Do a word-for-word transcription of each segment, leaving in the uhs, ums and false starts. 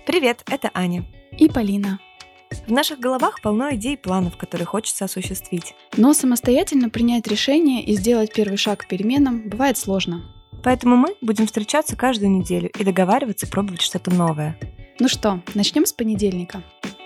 Привет, это Аня. И Полина. В наших головах полно идей и планов, которые хочется осуществить. Но самостоятельно принять решение и сделать первый шаг к переменам бывает сложно. Поэтому мы будем встречаться каждую неделю и договариваться пробовать что-то новое. Ну что, начнем с понедельника.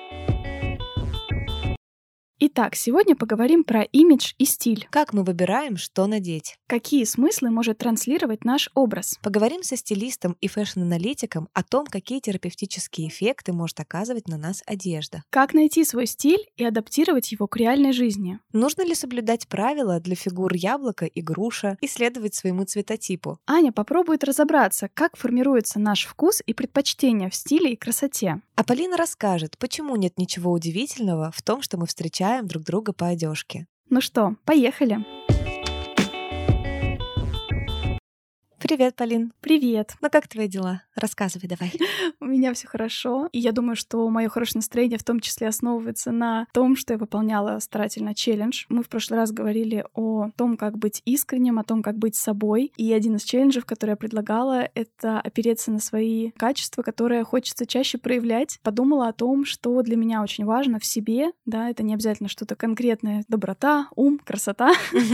Итак, сегодня поговорим про имидж и стиль. Как мы выбираем, что надеть? Какие смыслы может транслировать наш образ? Поговорим со стилистом и фэшн-аналитиком о том, какие терапевтические эффекты может оказывать на нас одежда. Как найти свой стиль и адаптировать его к реальной жизни? Нужно ли соблюдать правила для фигур яблока и груша и следовать своему цветотипу? Аня попробует разобраться, как формируется наш вкус и предпочтения в стиле и красоте. А Полина расскажет, почему нет ничего удивительного в том, что мы встречаем друг друга по одежке. Ну что, поехали! Привет, Полин. Привет. Ну как твои дела? Рассказывай давай. У меня все хорошо. И я думаю, что мое хорошее настроение в том числе основывается на том, что я выполняла старательно челлендж. Мы в прошлый раз говорили о том, как быть искренним, о том, как быть собой. И один из челленджев, который я предлагала, это опереться на свои качества, которые хочется чаще проявлять. Подумала о том, что для меня очень важно в себе. Да, это не обязательно что-то конкретное. Доброта, ум, красота.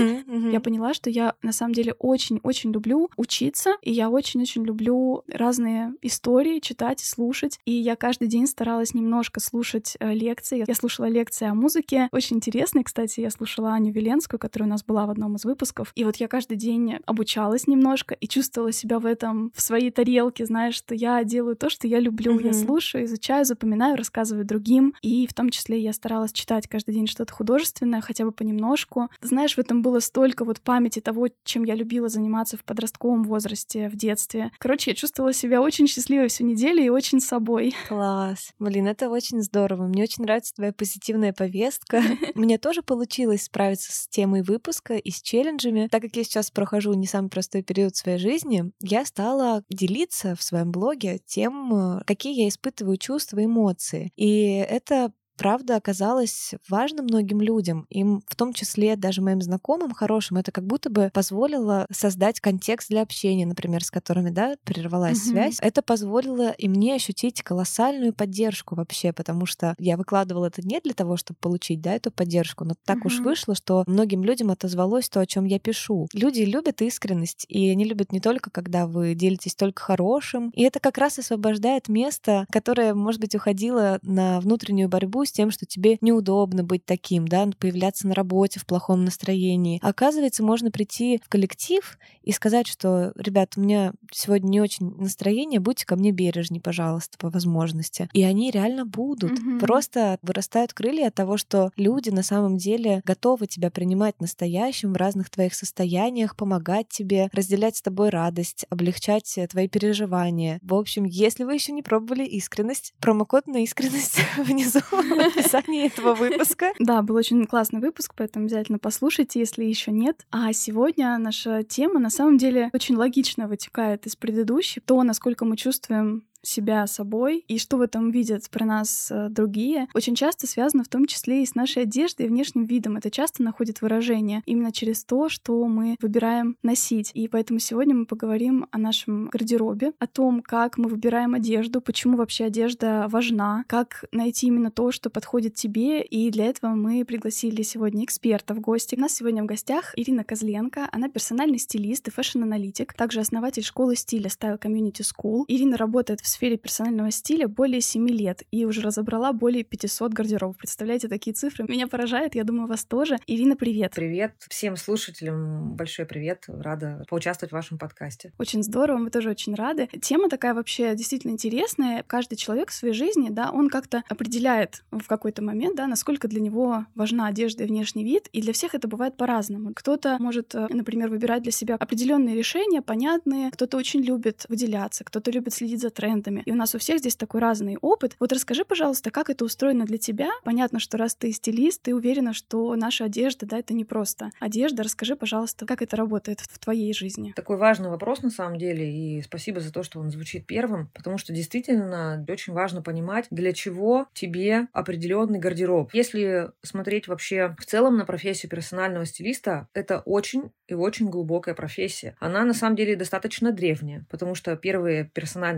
Я поняла, что я на самом деле очень-очень люблю учиться. И я очень-очень люблю разные истории читать и слушать. И я каждый день старалась немножко слушать э, лекции. Я слушала лекции о музыке. Очень интересные, кстати. Я слушала Аню Веленскую, которая у нас была в одном из выпусков. И вот я каждый день обучалась немножко и чувствовала себя в этом, в своей тарелке, знаешь, что я делаю то, что я люблю. Mm-hmm. Я слушаю, изучаю, запоминаю, рассказываю другим. И в том числе я старалась читать каждый день что-то художественное, хотя бы понемножку. Знаешь, в этом было столько вот памяти того, чем я любила заниматься в подростковом возрасте, в детстве. Короче, я чувствовала себя очень счастливой всю неделю и очень собой. Класс. Блин, это очень здорово. Мне очень нравится твоя позитивная повестка. У меня тоже получилось справиться с темой выпуска и с челленджами. Так как я сейчас прохожу не самый простой период в своей жизни, я стала делиться в своем блоге тем, какие я испытываю чувства и эмоции. И это правда оказалось важно многим людям, им в том числе даже моим знакомым хорошим, это как будто бы позволило создать контекст для общения, например, с которыми, да, прервалась mm-hmm. связь. Это позволило и мне ощутить колоссальную поддержку вообще, потому что я выкладывала это не для того, чтобы получить, да, эту поддержку, но так mm-hmm. уж вышло, что многим людям отозвалось то, о чем я пишу. Люди любят искренность, и они любят не только, когда вы делитесь только хорошим, и это как раз освобождает место, которое, может быть, уходило на внутреннюю борьбу с тем, что тебе неудобно быть таким, да, появляться на работе в плохом настроении. Оказывается, можно прийти в коллектив и сказать, что, ребят, у меня сегодня не очень настроение, будьте ко мне бережнее, пожалуйста, по возможности. И они реально будут. Mm-hmm. Просто вырастают крылья от того, что люди на самом деле готовы тебя принимать настоящим в разных твоих состояниях, помогать тебе, разделять с тобой радость, облегчать твои переживания. В общем, если вы еще не пробовали искренность, промокод на искренность внизу в описании этого выпуска. Да, был очень классный выпуск, поэтому обязательно послушайте, если еще нет. А сегодня наша тема на самом деле очень логично вытекает из предыдущей. То, насколько мы чувствуем себя собой и что в этом видят про нас э, другие, очень часто связано в том числе и с нашей одеждой и внешним видом. Это часто находит выражение именно через то, что мы выбираем носить. И поэтому сегодня мы поговорим о нашем гардеробе, о том, как мы выбираем одежду, почему вообще одежда важна, как найти именно то, что подходит тебе. И для этого мы пригласили сегодня эксперта в гости. У нас сегодня в гостях Ирина Козленко. Она персональный стилист и фэшн-аналитик, также основатель школы стиля Style Community School. Ирина работает в в сфере персонального стиля более семи лет и уже разобрала более пятисот гардеробов. Представляете, такие цифры? Меня поражает, я думаю, вас тоже. Ирина, привет. Привет. Всем слушателям большой привет. Рада поучаствовать в вашем подкасте. Очень здорово, мы тоже очень рады. Тема такая вообще действительно интересная. Каждый человек в своей жизни, да, он как-то определяет в какой-то момент, да, насколько для него важна одежда и внешний вид, и для всех это бывает по-разному. Кто-то может, например, выбирать для себя определенные решения, понятные, кто-то очень любит выделяться, кто-то любит следить за трендами. И у нас у всех здесь такой разный опыт. Вот расскажи, пожалуйста, как это устроено для тебя? Понятно, что раз ты стилист, ты уверена, что наша одежда, да, это не просто одежда. Расскажи, пожалуйста, как это работает в твоей жизни? Такой важный вопрос на самом деле, и спасибо за то, что он звучит первым, потому что действительно очень важно понимать, для чего тебе определенный гардероб. Если смотреть вообще в целом на профессию персонального стилиста, это очень и очень глубокая профессия. Она на самом деле достаточно древняя, потому что первые персональные стилисты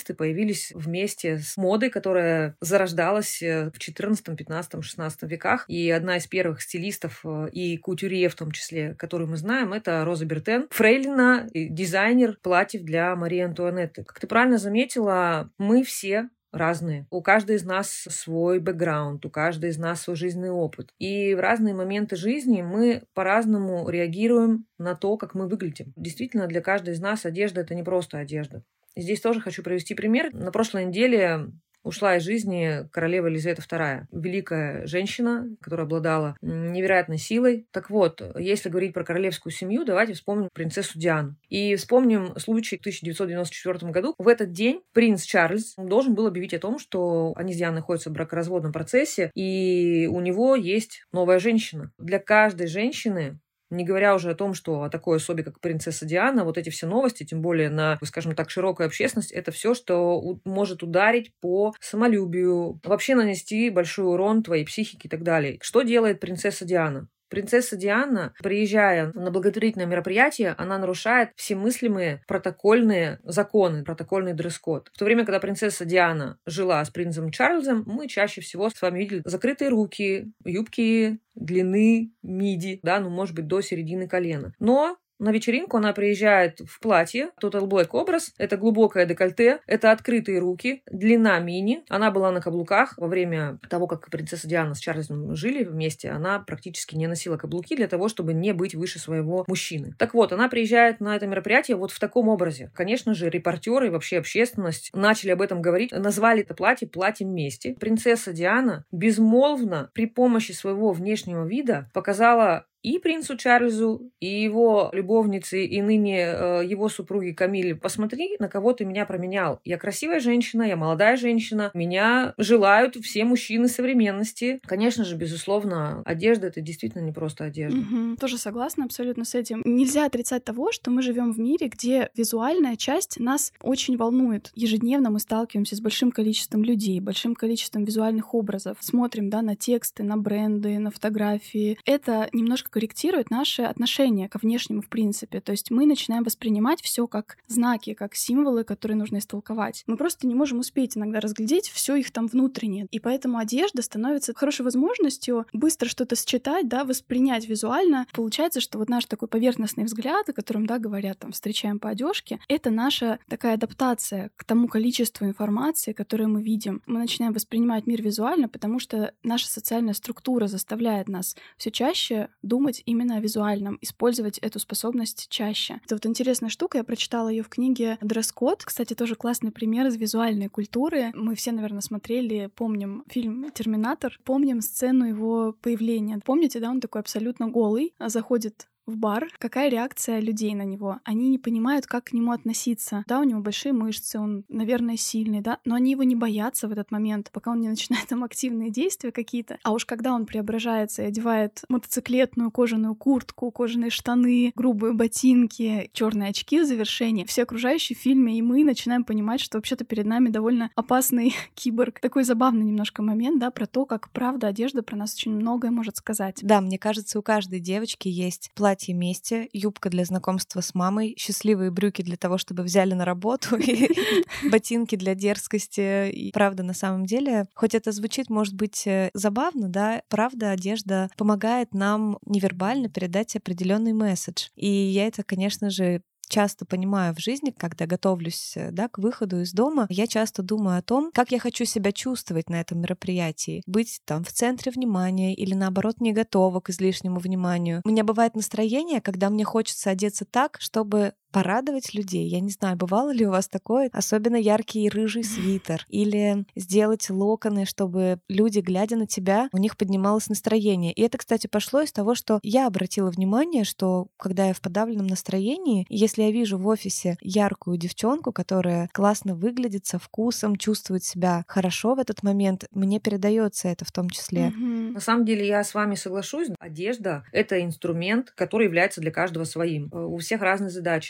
стилисты появились вместе с модой, которая зарождалась в четырнадцатом, пятнадцатом, шестнадцатом веках. И одна из первых стилистов и кутюрье в том числе, которую мы знаем, это Роза Бертен. Фрейлина, дизайнер платьев для Марии Антуанетты. Как ты правильно заметила, мы все разные. У каждой из нас свой бэкграунд, у каждой из нас свой жизненный опыт. И в разные моменты жизни мы по-разному реагируем на то, как мы выглядим. Действительно, для каждой из нас одежда — это не просто одежда. И здесь тоже хочу привести пример. На прошлой неделе ушла из жизни королева Елизавета вторая. Великая женщина, которая обладала невероятной силой. Так вот, если говорить про королевскую семью, давайте вспомним принцессу Диану. И вспомним случай в тысяча девятьсот девяносто четвёртом году. В этот день принц Чарльз должен был объявить о том, что они с Дианой находятся в бракоразводном процессе, и у него есть новая женщина. Для каждой женщины, не говоря уже о том, что о такой особе, как принцесса Диана, вот эти все новости, тем более на, скажем так, широкую общественность, это все, что у- может ударить по самолюбию, вообще нанести большой урон твоей психике и так далее. Что делает принцесса Диана? Принцесса Диана, приезжая на благотворительное мероприятие, она нарушает все мыслимые протокольные законы, протокольный дресс-код. В то время, когда принцесса Диана жила с принцем Чарльзом, мы чаще всего с вами видели закрытые руки, юбки длины миди, да, ну, может быть, до середины колена. Но на вечеринку она приезжает в платье, Total Black образ, это глубокое декольте, это открытые руки, длина мини. Она была на каблуках. Во время того, как принцесса Диана с Чарльзом жили вместе, она практически не носила каблуки для того, чтобы не быть выше своего мужчины. Так вот, она приезжает на это мероприятие вот в таком образе. Конечно же, репортеры и вообще общественность начали об этом говорить, назвали это платье платьем мести. Принцесса Диана безмолвно при помощи своего внешнего вида показала и принцу Чарльзу, и его любовнице, и ныне э, его супруге Камиле: посмотри, на кого ты меня променял. Я красивая женщина, я молодая женщина, меня желают все мужчины современности. Конечно же, безусловно, одежда — это действительно не просто одежда. Мгм. Тоже согласна абсолютно с этим. Нельзя отрицать того, что мы живем в мире, где визуальная часть нас очень волнует. Ежедневно мы сталкиваемся с большим количеством людей, большим количеством визуальных образов. Смотрим, да, на тексты, на бренды, на фотографии. Это немножко корректирует наше отношение ко внешнему в принципе. То есть мы начинаем воспринимать все как знаки, как символы, которые нужно истолковать. Мы просто не можем успеть иногда разглядеть все их там внутреннее. И поэтому одежда становится хорошей возможностью быстро что-то считать, да, воспринять визуально. Получается, что вот наш такой поверхностный взгляд, о котором, да, говорят, там, встречаем по одежке, это наша такая адаптация к тому количеству информации, которую мы видим. Мы начинаем воспринимать мир визуально, потому что наша социальная структура заставляет нас все чаще думать именно о визуальном, использовать эту способность чаще. Это вот интересная штука, я прочитала ее в книге «Дресс-код». Кстати, тоже классный пример из визуальной культуры. Мы все, наверное, смотрели, помним фильм «Терминатор», помним сцену его появления. Помните, да, он такой абсолютно голый, заходит в бар. Какая реакция людей на него? Они не понимают, как к нему относиться. Да, у него большие мышцы, он, наверное, сильный, да, но они его не боятся в этот момент, пока он не начинает там активные действия какие-то. А уж когда он преображается и одевает мотоциклетную кожаную куртку, кожаные штаны, грубые ботинки, черные очки в завершении, все окружающие в фильме и мы начинаем понимать, что вообще-то перед нами довольно опасный киборг. Такой забавный немножко момент, да, про то, как правда одежда про нас очень многое может сказать. Да, мне кажется, у каждой девочки есть платье мести, юбка для знакомства с мамой, счастливые брюки для того, чтобы взяли на работу, и ботинки для дерзкости. И правда, на самом деле, хоть это звучит, может быть, забавно, да, правда, одежда помогает нам невербально передать определенный месседж. И я это, конечно же, часто понимаю в жизни, когда готовлюсь, да, к выходу из дома, я часто думаю о том, как я хочу себя чувствовать на этом мероприятии. Быть там в центре внимания или, наоборот, не готова к излишнему вниманию. У меня бывает настроение, когда мне хочется одеться так, чтобы порадовать людей. Я не знаю, бывало ли у вас такое? Особенно яркий рыжий свитер. Или сделать локоны, чтобы люди, глядя на тебя, у них поднималось настроение. И это, кстати, пошло из того, что я обратила внимание, что когда я в подавленном настроении, если я вижу в офисе яркую девчонку, которая классно выглядит, со вкусом, чувствует себя хорошо в этот момент, мне передается это в том числе. Мгм. На самом деле я с вами соглашусь. Одежда — это инструмент, который является для каждого своим. У всех разные задачи.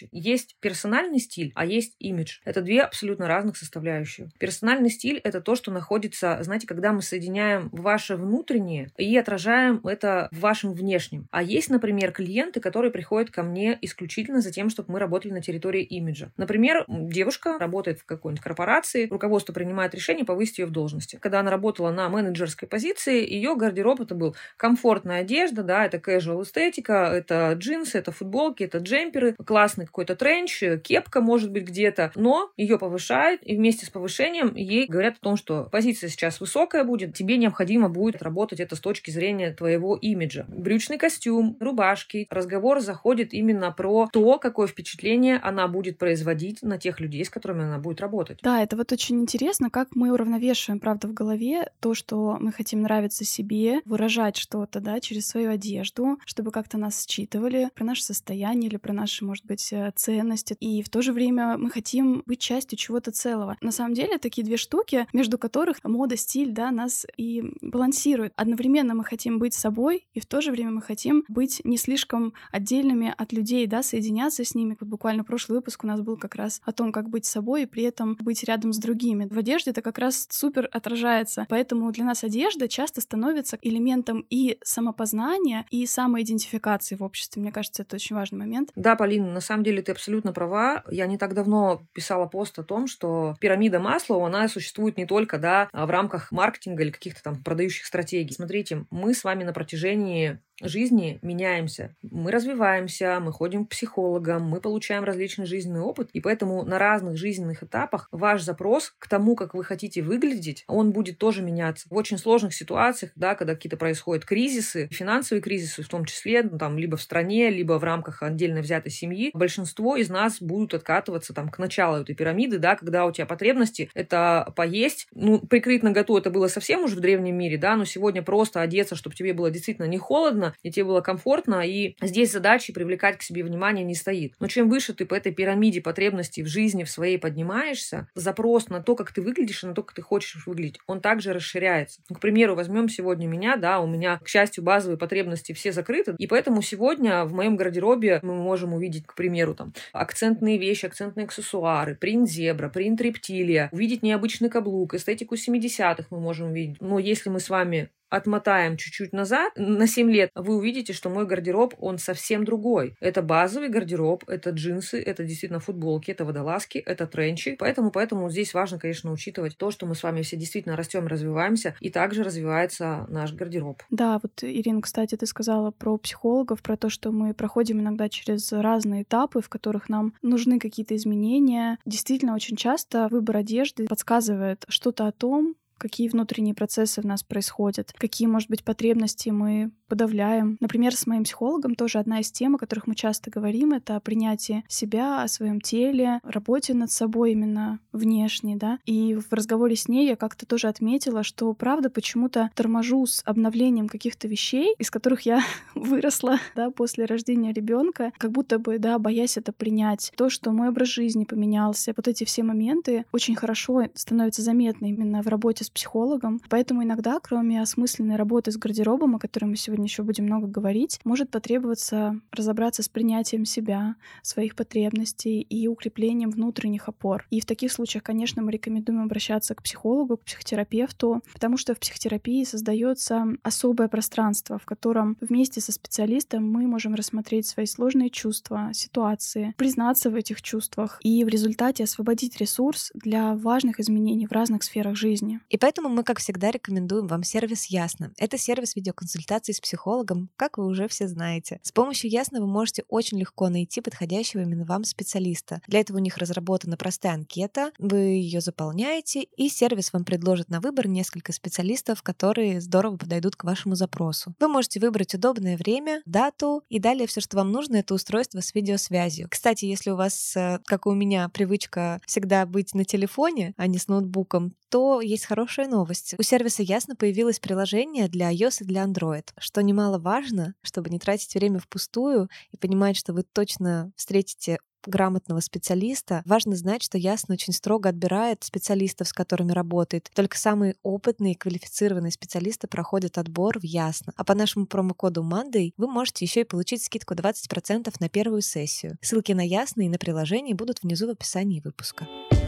вещи. Есть персональный стиль, а есть имидж. Это две абсолютно разных составляющие. Персональный стиль — это то, что находится, знаете, когда мы соединяем ваше внутреннее и отражаем это в вашем внешнем. А есть, например, клиенты, которые приходят ко мне исключительно за тем, чтобы мы работали на территории имиджа. Например, девушка работает в какой-нибудь корпорации, руководство принимает решение повысить ее в должности. Когда она работала на менеджерской позиции, ее гардероб это был комфортная одежда, да, это casual эстетика, это джинсы, это футболки, это джемперы, классный какой-то тренч, кепка может быть где-то, но ее повышают, и вместе с повышением ей говорят о том, что позиция сейчас высокая будет, тебе необходимо будет работать это с точки зрения твоего имиджа. Брючный костюм, рубашки. Разговор заходит именно про то, какое впечатление она будет производить на тех людей, с которыми она будет работать. Да, это вот очень интересно, как мы уравновешиваем, правда, в голове то, что мы хотим нравиться себе, выражать что-то, да, через свою одежду, чтобы как-то нас считывали про наше состояние или про наши, может быть, ценности. И в то же время мы хотим быть частью чего-то целого. На самом деле, такие две штуки, между которых мода, стиль, да, нас и балансирует. Одновременно мы хотим быть собой, и в то же время мы хотим быть не слишком отдельными от людей, да, соединяться с ними. Вот буквально прошлый выпуск у нас был как раз о том, как быть собой и при этом быть рядом с другими. В одежде это как раз супер отражается. Поэтому для нас одежда часто становится элементом и самопознания, и самоидентификации в обществе. Мне кажется, это очень важный момент. Да, Полина, на самом деле ты абсолютно права. Я не так давно писала пост о том, что пирамида Маслоу, она существует не только, да, в рамках маркетинга или каких-то там продающих стратегий. Смотрите, мы с вами на протяжении жизни меняемся. Мы развиваемся, мы ходим к психологам, мы получаем различный жизненный опыт, и поэтому на разных жизненных этапах ваш запрос к тому, как вы хотите выглядеть, он будет тоже меняться. В очень сложных ситуациях, да, когда какие-то происходят кризисы, финансовые кризисы в том числе, ну, там, либо в стране, либо в рамках отдельно взятой семьи, большинство из нас будут откатываться там к началу этой пирамиды, да, когда у тебя потребности — это поесть, ну, прикрыть наготу это было совсем уже в древнем мире, да, но сегодня просто одеться, чтобы тебе было действительно не холодно, и тебе было комфортно, и здесь задачи привлекать к себе внимание не стоит. Но чем выше ты по этой пирамиде потребностей в жизни в своей поднимаешься, запрос на то, как ты выглядишь, и на то, как ты хочешь выглядеть, он также расширяется. Ну, к примеру, возьмем сегодня меня, да, у меня, к счастью, базовые потребности все закрыты, и поэтому сегодня в моем гардеробе мы можем увидеть, к примеру, там, акцентные вещи, акцентные аксессуары, принт зебра, принт рептилия, увидеть необычный каблук, эстетику семидесятых мы можем увидеть. Но если мы с вами отмотаем чуть-чуть назад, на семь лет, вы увидите, что мой гардероб, он совсем другой. Это базовый гардероб, это джинсы, это действительно футболки, это водолазки, это тренчи. Поэтому, поэтому здесь важно, конечно, учитывать то, что мы с вами все действительно растем, развиваемся, и также развивается наш гардероб. Да, вот, Ирина, кстати, ты сказала про психологов, про то, что мы проходим иногда через разные этапы, в которых нам нужны какие-то изменения. Действительно, очень часто выбор одежды подсказывает что-то о том, какие внутренние процессы в нас происходят, какие, может быть, потребности мы подавляем. Например, с моим психологом тоже одна из тем, о которых мы часто говорим, это о принятии себя, о своем теле, работе над собой именно внешне, да. И в разговоре с ней я как-то тоже отметила, что, правда, почему-то торможу с обновлением каких-то вещей, из которых я выросла, да, после рождения ребенка, как будто бы, да, боясь это принять. То, что мой образ жизни поменялся, вот эти все моменты очень хорошо становятся заметны именно в работе с психологом. Поэтому иногда, кроме осмысленной работы с гардеробом, о которой мы сегодня еще будем много говорить, может потребоваться разобраться с принятием себя, своих потребностей и укреплением внутренних опор. И в таких случаях, конечно, мы рекомендуем обращаться к психологу, к психотерапевту, потому что в психотерапии создается особое пространство, в котором вместе со специалистом мы можем рассмотреть свои сложные чувства, ситуации, признаться в этих чувствах и в результате освободить ресурс для важных изменений в разных сферах жизни. И поэтому мы, как всегда, рекомендуем вам сервис Ясно. Это сервис видеоконсультаций с психологом, как вы уже все знаете. С помощью Ясно вы можете очень легко найти подходящего именно вам специалиста. Для этого у них разработана простая анкета, вы ее заполняете, и сервис вам предложит на выбор несколько специалистов, которые здорово подойдут к вашему запросу. Вы можете выбрать удобное время, дату, и далее все, что вам нужно, это устройство с видеосвязью. Кстати, если у вас, как и у меня, привычка всегда быть на телефоне, а не с ноутбуком, то есть хорошая новость. У сервиса Ясно появилось приложение для iOS и для Android, что немаловажно, чтобы не тратить время впустую и понимать, что вы точно встретите грамотного специалиста, важно знать, что Ясно очень строго отбирает специалистов, с которыми работает. Только самые опытные и квалифицированные специалисты проходят отбор в Ясно. А по нашему промокоду Monday вы можете еще и получить скидку двадцать процентов на первую сессию. Ссылки на Ясно и на приложение будут внизу в описании выпуска.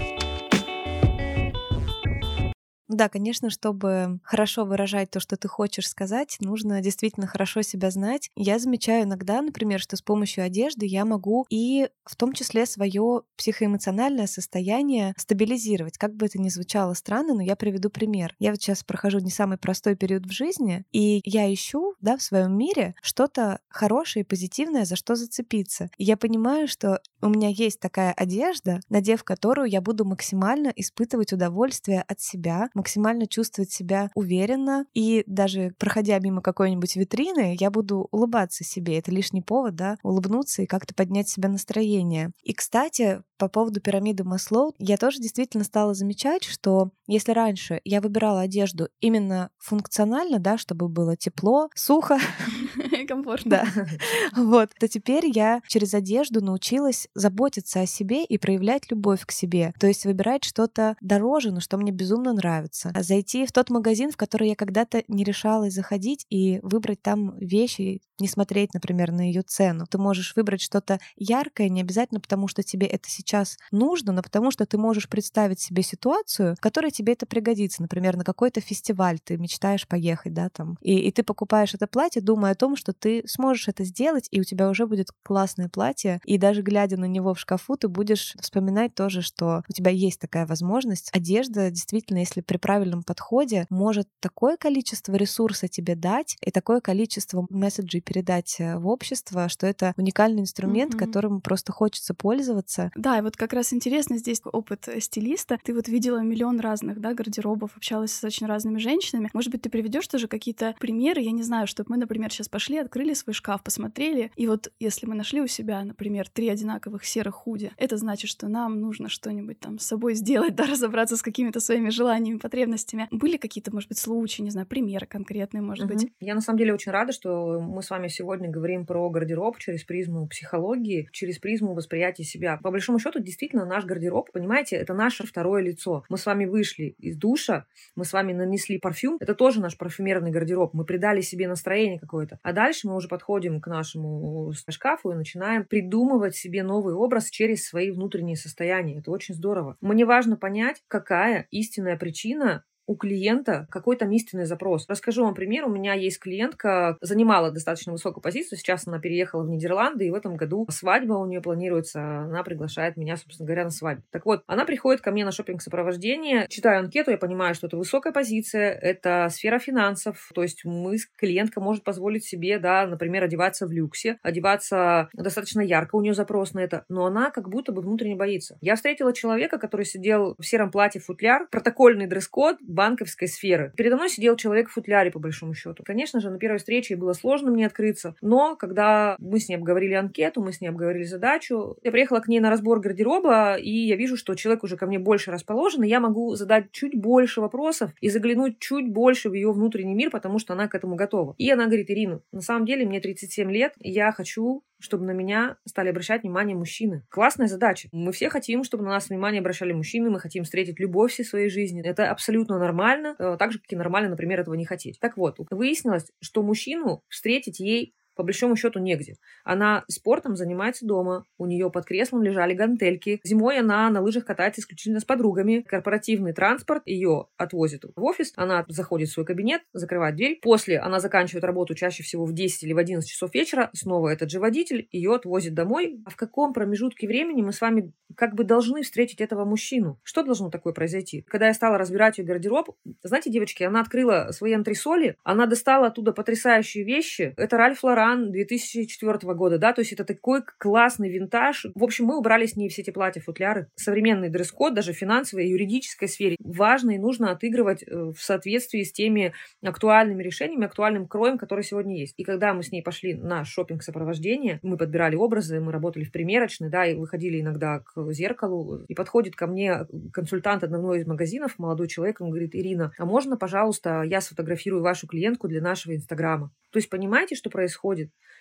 Да, конечно, чтобы хорошо выражать то, что ты хочешь сказать, нужно действительно хорошо себя знать. Я замечаю иногда, например, что с помощью одежды я могу и в том числе свое психоэмоциональное состояние стабилизировать. Как бы это ни звучало странно, но я приведу пример. Я вот сейчас прохожу не самый простой период в жизни, и я ищу, да, в своем мире что-то хорошее и позитивное, за что зацепиться. И я понимаю, что у меня есть такая одежда, надев которую я буду максимально испытывать удовольствие от себя, максимально чувствовать себя уверенно, и даже проходя мимо какой-нибудь витрины, я буду улыбаться себе. Это лишний повод, да, улыбнуться и как-то поднять себе настроение. И, кстати, по поводу пирамиды Маслоу, я тоже действительно стала замечать, что если раньше я выбирала одежду именно функционально, да, чтобы было тепло, сухо, комфортно, да, вот, то теперь я через одежду научилась заботиться о себе и проявлять любовь к себе. То есть выбирать что-то дороже, но что мне безумно нравится. А зайти в тот магазин, в который я когда-то не решалась заходить, и выбрать там вещи, не смотреть, например, на ее цену. Ты можешь выбрать что-то яркое, не обязательно потому, что тебе это сейчас нужно, но потому что ты можешь представить себе ситуацию, в которой тебе это пригодится. Например, на какой-то фестиваль ты мечтаешь поехать, да, там, и, и ты покупаешь это платье, думая о том, что ты сможешь это сделать, и у тебя уже будет классное платье, и даже глядя на него в шкафу, ты будешь вспоминать тоже, что у тебя есть такая возможность. Одежда, действительно, если при правильном подходе, может такое количество ресурса тебе дать и такое количество месседжей передать в общество, что это уникальный инструмент, mm-hmm. которым просто хочется пользоваться. Да, и вот как раз интересно здесь опыт стилиста. Ты вот видела миллион разных, да, гардеробов, общалась с очень разными женщинами. Может быть, ты приведешь тоже какие-то примеры, я не знаю, чтобы мы, например, сейчас пошли, открыли свой шкаф, посмотрели, и вот если мы нашли у себя, например, три одинаковых серых худи, это значит, что нам нужно что-нибудь там с собой сделать, да, разобраться с какими-то своими желаниями, потребностями. Были какие-то, может быть, случаи, не знаю, примеры конкретные, может угу. быть? Я на самом деле очень рада, что мы с вами сегодня говорим про гардероб через призму психологии, через призму восприятия себя. По большому счету, действительно, наш гардероб, понимаете, это наше второе лицо. Мы с вами вышли из душа, мы с вами нанесли парфюм, это тоже наш парфюмерный гардероб, мы придали себе настроение какое-то. А дальше мы уже подходим к нашему шкафу и начинаем придумывать себе новый образ через свои внутренние состояния. Это очень здорово. Мне важно понять, какая истинная причина у клиента, какой там истинный запрос. Расскажу вам пример. У меня есть клиентка, занимала достаточно высокую позицию, сейчас она переехала в Нидерланды, и в этом году свадьба у нее планируется, она приглашает меня, собственно говоря, на свадьбу. Так вот, она приходит ко мне на шопинг-сопровождение, читаю анкету, я понимаю, что это высокая позиция, это сфера финансов, то есть мы, клиентка может позволить себе, да, например, одеваться в люксе, одеваться достаточно ярко, у нее запрос на это, но она как будто бы внутренне боится. Я встретила человека, который сидел в сером платье футляр, протокольный дресс-код, банковской сферы. Передо мной сидел человек в футляре, по большому счету. Конечно же, на первой встрече было сложно мне открыться, но когда мы с ней обговорили анкету, мы с ней обговорили задачу, я приехала к ней на разбор гардероба, и я вижу, что человек уже ко мне больше расположен, и я могу задать чуть больше вопросов и заглянуть чуть больше в ее внутренний мир, потому что она к этому готова. И она говорит: Ирина, на самом деле мне тридцать семь лет, и я хочу, чтобы на меня стали обращать внимание мужчины. Классная задача. Мы все хотим, чтобы на нас внимание обращали мужчины, мы хотим встретить любовь всей своей жизни. Это абсолютно нормально, так же, как и нормально, например, этого не хотеть. Так вот, выяснилось, что мужчину встретить ей по большому счету негде. Она спортом занимается дома, у нее под креслом лежали гантельки. Зимой она на лыжах катается исключительно с подругами. Корпоративный транспорт ее отвозит в офис, она заходит в свой кабинет, закрывает дверь. После она заканчивает работу чаще всего в десять или в одиннадцать часов вечера. Снова этот же водитель ее отвозит домой. А в каком промежутке времени мы с вами как бы должны встретить этого мужчину? Что должно такое произойти? Когда я стала разбирать ее гардероб, знаете, девочки, она открыла свои антресоли, она достала оттуда потрясающие вещи. Это Ральф Лоран две тысячи четвёртого года, да, то есть это такой классный винтаж. В общем, мы убрали с ней все эти платья-футляры. Современный дресс-код, даже в финансовой и юридической сфере, важно и нужно отыгрывать в соответствии с теми актуальными решениями, актуальным кроем, который сегодня есть. И когда мы с ней пошли на шопинг-сопровождение, мы подбирали образы, мы работали в примерочной, да, и выходили иногда к зеркалу, и подходит ко мне консультант одного из магазинов, молодой человек, он говорит: Ирина, а можно, пожалуйста, я сфотографирую вашу клиентку для нашего инстаграма? То есть понимаете, что происходит?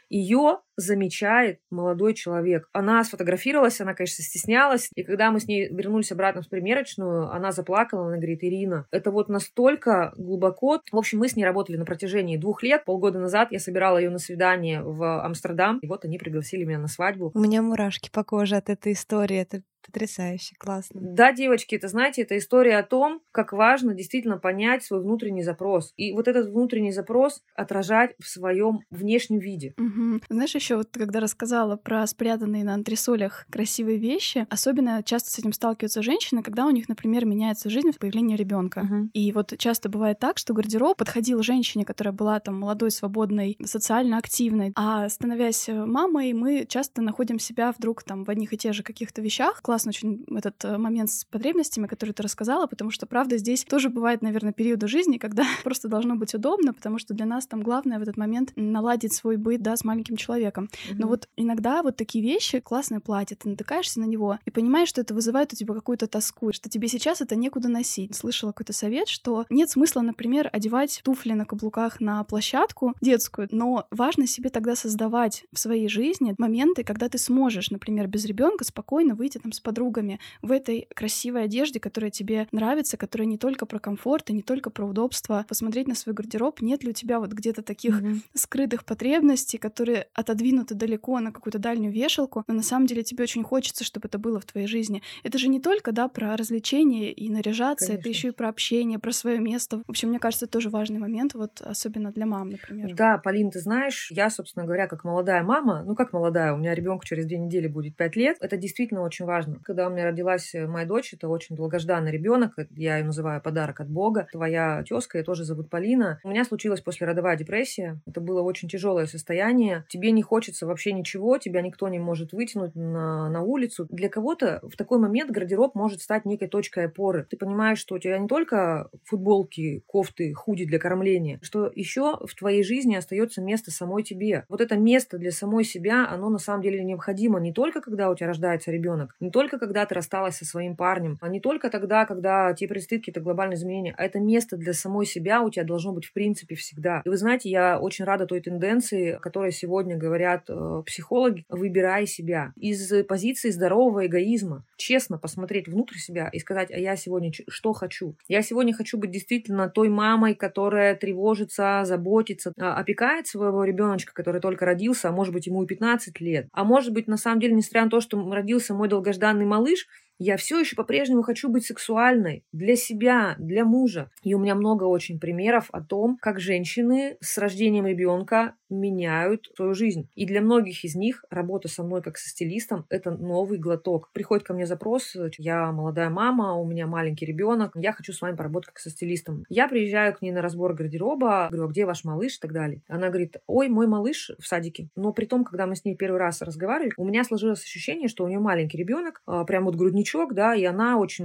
Ее замечает молодой человек. Она сфотографировалась, она, конечно, стеснялась. И когда мы с ней вернулись обратно в примерочную, она заплакала, она говорит: Ирина, это вот настолько глубоко. В общем, мы с ней работали на протяжении двух лет. Полгода назад я собирала ее на свидание в Амстердам, и вот они пригласили меня на свадьбу. У меня мурашки по коже от этой истории. Это потрясающе, классно. Да, девочки, это, знаете, это история о том, как важно действительно понять свой внутренний запрос. И вот этот внутренний запрос отражать в своем внешнем виде. Угу. Знаешь, еще вот когда рассказала про спрятанные на антресолях красивые вещи, особенно часто с этим сталкиваются женщины, когда у них, например, меняется жизнь в появлении ребенка. Угу. И вот часто бывает так, что гардероб подходил женщине, которая была там молодой, свободной, социально активной, а становясь мамой, мы часто находим себя вдруг там в одних и тех же каких-то вещах. Классно очень этот момент с потребностями, который ты рассказала, потому что, правда, здесь тоже бывает, наверное, периоды жизни, когда просто должно быть удобно, потому что для нас там главное в этот момент наладить свой быт, да, с маленьким человеком. Mm-hmm. Но вот иногда вот такие вещи, классное платье, ты натыкаешься на него и понимаешь, что это вызывает у тебя какую-то тоску, что тебе сейчас это некуда носить. Слышала какой-то совет, что нет смысла, например, одевать туфли на каблуках на площадку детскую, но важно себе тогда создавать в своей жизни моменты, когда ты сможешь, например, без ребенка спокойно выйти там с подругами в этой красивой одежде, которая тебе нравится, которая не только про комфорт и не только про удобство. Посмотреть на свой гардероб, нет ли у тебя вот где-то таких mm-hmm. скрытых потребностей, которые отодвинуты далеко на какую-то дальнюю вешалку, но на самом деле тебе очень хочется, чтобы это было в твоей жизни. Это же не только, да, про развлечения и наряжаться, Конечно. Это еще и про общение, про свое место. В общем, мне кажется, это тоже важный момент, вот особенно для мам, например. Да, Полин, ты знаешь, я, собственно говоря, как молодая мама, ну как молодая, у меня ребенку через две недели будет пять лет, это действительно очень важно. Когда у меня родилась моя дочь, это очень долгожданный ребенок, я ее называю подарок от Бога. Твоя тезка, ее тоже зовут Полина. У меня случилась послеродовая депрессия. Это было очень тяжелое состояние. Тебе не хочется вообще ничего, тебя никто не может вытянуть на, на улицу. Для кого-то в такой момент гардероб может стать некой точкой опоры. Ты понимаешь, что у тебя не только футболки, кофты, худи для кормления, что еще в твоей жизни остается место самой тебе. Вот это место для самой себя, оно на самом деле необходимо не только когда у тебя рождается ребенок, не только когда ты рассталась со своим парнем, а не только тогда, когда тебе предстоит какие-то глобальные изменения, а это место для самой себя у тебя должно быть в принципе всегда. И вы знаете, я очень рада той тенденции, о которой сегодня говорят э, психологи. Выбирай себя. Из позиции здорового эгоизма. Честно посмотреть внутрь себя и сказать: а я сегодня что хочу? Я сегодня хочу быть действительно той мамой, которая тревожится, заботится, опекает своего ребеночка, который только родился, а может быть ему и пятнадцать лет. А может быть, на самом деле, несмотря на то, что родился мой долгожданный малыш, я все еще по-прежнему хочу быть сексуальной для себя, для мужа. И у меня много очень примеров о том, как женщины с рождением ребенка меняют свою жизнь. И для многих из них работа со мной как со стилистом – это новый глоток. Приходит ко мне запрос: я молодая мама, у меня маленький ребенок, я хочу с вами поработать как со стилистом. Я приезжаю к ней на разбор гардероба, говорю: а где ваш малыш и так далее. Она говорит: ой, мой малыш в садике. Но при том, когда мы с ней первый раз разговаривали, у меня сложилось ощущение, что у нее маленький ребенок, прям вот грудничок, да, и она очень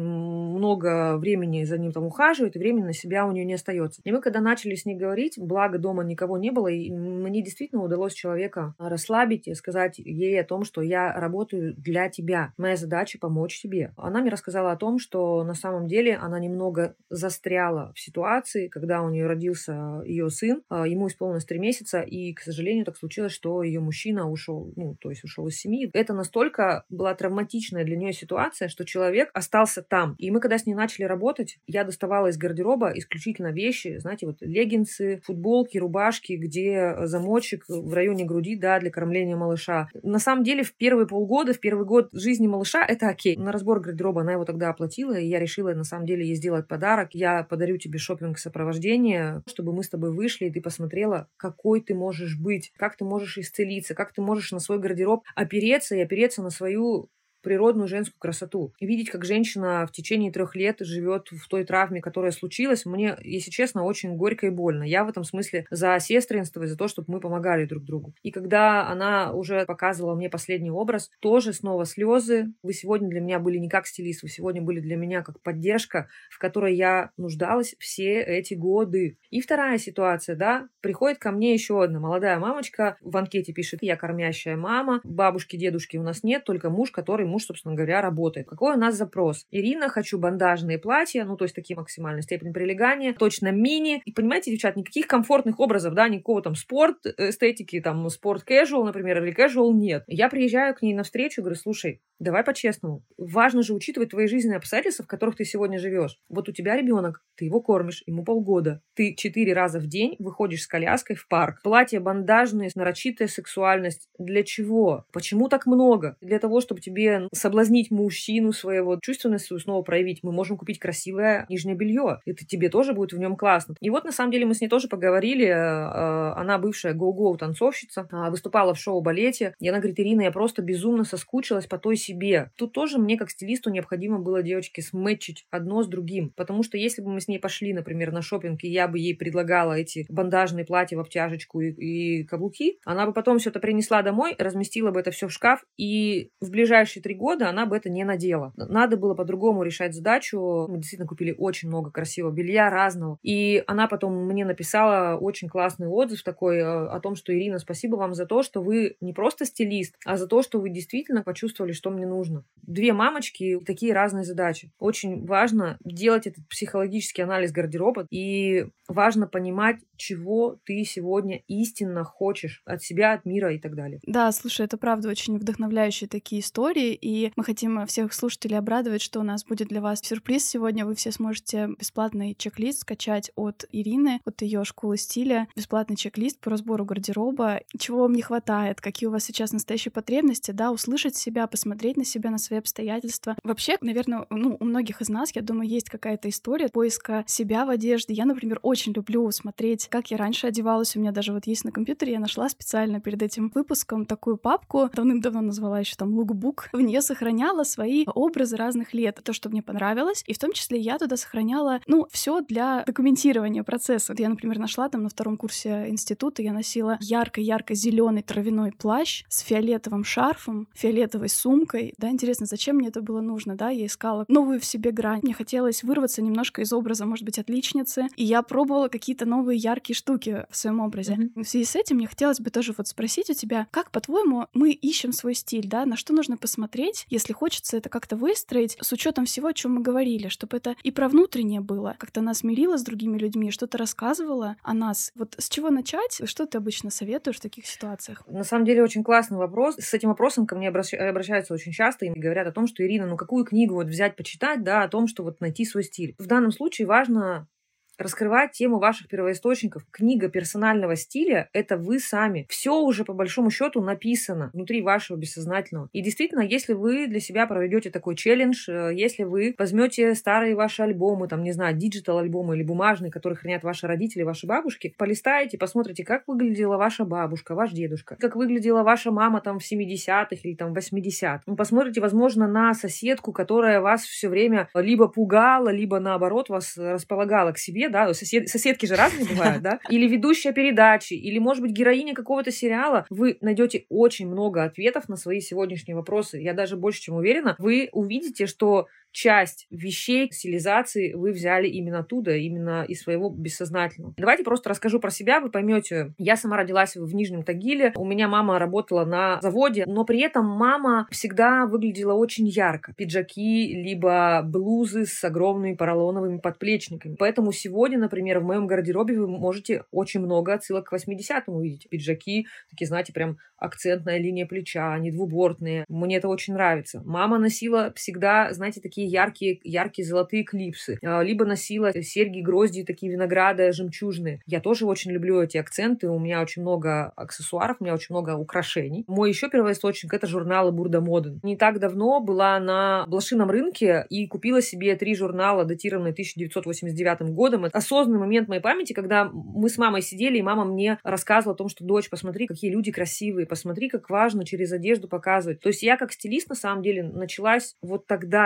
много времени за ним там ухаживает, и времени на себя у нее не остается. И мы, когда начали с ней говорить, благо дома никого не было, и мне действительно удалось человека расслабить и сказать ей о том, что я работаю для тебя. Моя задача — помочь тебе. Она мне рассказала о том, что на самом деле она немного застряла в ситуации, когда у нее родился ее сын, ему исполнилось три месяца, и, к сожалению, так случилось, что ее мужчина ушел, ну, то есть ушел из семьи. Это настолько была травматичная для нее ситуация, что человек остался там. И мы, когда с ней начали работать, я доставала из гардероба исключительно вещи, знаете, вот леггинсы, футболки, рубашки, где замочек в районе груди, да, для кормления малыша. На самом деле, в первые полгода, в первый год жизни малыша это окей. На разбор гардероба она его тогда оплатила, и я решила, на самом деле, ей сделать подарок. Я подарю тебе шопинг-сопровождение, чтобы мы с тобой вышли, и ты посмотрела, какой ты можешь быть, как ты можешь исцелиться, как ты можешь на свой гардероб опереться и опереться на свою природную женскую красоту. И видеть, как женщина в течение трех лет живет в той травме, которая случилась, мне, если честно, очень горько и больно. Я в этом смысле за сестринство и за то, чтобы мы помогали друг другу. И когда она уже показывала мне последний образ, тоже снова слезы. Вы сегодня для меня были не как стилист, вы сегодня были для меня как поддержка, в которой я нуждалась все эти годы. И вторая ситуация, да, приходит ко мне еще одна молодая мамочка, в анкете пишет: я кормящая мама, бабушки, дедушки у нас нет, только муж, который муж, собственно говоря, работает. Какой у нас запрос? Ирина, хочу бандажные платья, ну, то есть такие максимальная степень прилегания, точно мини. И понимаете, девчат, никаких комфортных образов, да, никакого там спорт, эстетики, там, спорт-кэжуал, например, или кэжуал нет. Я приезжаю к ней навстречу, говорю, слушай, давай по-честному. Важно же учитывать твои жизненные обстоятельства, в которых ты сегодня живешь. Вот у тебя ребенок, ты его кормишь, ему полгода. Ты четыре раза в день выходишь с коляской в парк. Платье бандажное, нарочитая сексуальность. Для чего? Почему так много? Для того, чтобы тебе соблазнить мужчину своего, чувственность свою снова проявить. Мы можем купить красивое нижнее белье. Это тебе тоже будет в нем классно. И вот, на самом деле, мы с ней тоже поговорили. Она бывшая гоу-гоу танцовщица, выступала в шоу-балете. И она говорит, Ирина, я просто безумно соскучилась по той себе. Тут тоже мне, как стилисту, необходимо было, девочки, смэтчить одно с другим. Потому что если бы мы с ней пошли, например, на шопинг, и я бы ей предлагала эти бандажные платья в обтяжечку и, и каблуки, она бы потом все это принесла домой, разместила бы это все в шкаф, и в ближайшие три года она бы это не надела. Надо было по-другому решать задачу. Мы действительно купили очень много красивого белья разного. И она потом мне написала очень классный отзыв такой о том, что, Ирина, спасибо вам за то, что вы не просто стилист, а за то, что вы действительно почувствовали, что мне нужно. Две мамочки, такие разные задачи. Очень важно делать этот психологический анализ гардероба, и важно понимать, чего ты сегодня истинно хочешь от себя, от мира и так далее. Да, слушай, это правда очень вдохновляющие такие истории, и мы хотим всех слушателей обрадовать, что у нас будет для вас сюрприз сегодня. Вы все сможете бесплатный чек-лист скачать от Ирины, от ее школы стиля, бесплатный чек-лист по разбору гардероба, чего вам не хватает, какие у вас сейчас настоящие потребности, да, услышать себя, посмотреть на себя, на свои обстоятельства. Вообще, наверное, ну, у многих из нас, я думаю, есть какая-то история поиска себя в одежде. Я, например, очень люблю смотреть, как я раньше одевалась. У меня даже вот есть на компьютере, я нашла специально перед этим выпуском такую папку, давным-давно назвала еще там лукбук. В нее сохраняла свои образы разных лет, то, что мне понравилось, и в том числе я туда сохраняла, ну, все для документирования процесса. Вот я, например, нашла там на втором курсе института, я носила ярко-ярко зеленый травяной плащ с фиолетовым шарфом, фиолетовой сумкой. Да, интересно, зачем мне это было нужно, да? Я искала новую в себе грань. Мне хотелось вырваться немножко из образа, может быть, отличницы, и я пробовала какие-то новые яркие штуки в своем образе. Mm-hmm. В связи с этим мне хотелось бы тоже вот спросить у тебя, как, по-твоему, мы ищем свой стиль, да? На что нужно посмотреть, если хочется это как-то выстроить с учетом всего, о чем мы говорили, чтобы это и про внутреннее было, как-то нас мирило с другими людьми, что-то рассказывало о нас. Вот с чего начать? Что ты обычно советуешь в таких ситуациях? На самом деле очень классный вопрос. С этим вопросом ко мне обращаются очень часто и говорят о том, что, Ирина, ну какую книгу вот взять, почитать, да, о том, что вот найти свой стиль. В данном случае важно раскрывать тему ваших первоисточников. Книга персонального стиля — это вы сами. Все уже по большому счету написано внутри вашего бессознательного. И действительно, если вы для себя проведете такой челлендж, если вы возьмете старые ваши альбомы, там, не знаю, диджитал-альбомы или бумажные, которые хранят ваши родители, ваши бабушки, полистаете, посмотрите, как выглядела ваша бабушка, ваш дедушка, как выглядела ваша мама там в семидесятых или там в восьмидесятых. Вы посмотрите, возможно, на соседку, которая вас все время либо пугала, либо наоборот вас располагала к себе, да, сосед, соседки же разные бывают, да, или ведущая передачи, или, может быть, героиня какого-то сериала, вы найдете очень много ответов на свои сегодняшние вопросы. Я даже больше чем уверена, вы увидите, что часть вещей, стилизации вы взяли именно оттуда, именно из своего бессознательного. Давайте просто расскажу про себя, вы поймете. Я сама родилась в Нижнем Тагиле, у меня мама работала на заводе, но при этом мама всегда выглядела очень ярко. Пиджаки, либо блузы с огромными поролоновыми подплечниками. Поэтому сегодня, например, в моем гардеробе вы можете очень много отсылок к восьмидесятым увидеть. Пиджаки, такие, знаете, прям акцентная линия плеча, они двубортные. Мне это очень нравится. Мама носила всегда, знаете, такие яркие, яркие золотые клипсы. Либо носила серьги, грозди, такие винограда, жемчужные. Я тоже очень люблю эти акценты. У меня очень много аксессуаров, у меня очень много украшений. Мой еще первоисточник — это журналы Бурда Моден. Не так давно была на блошином рынке и купила себе три журнала, датированные тысяча девятьсот восемьдесят девятым годом. Это осознанный момент моей памяти, когда мы с мамой сидели, и мама мне рассказывала о том, что, дочь, посмотри, какие люди красивые, посмотри, как важно через одежду показывать. То есть я как стилист, на самом деле, началась вот тогда, в девяностых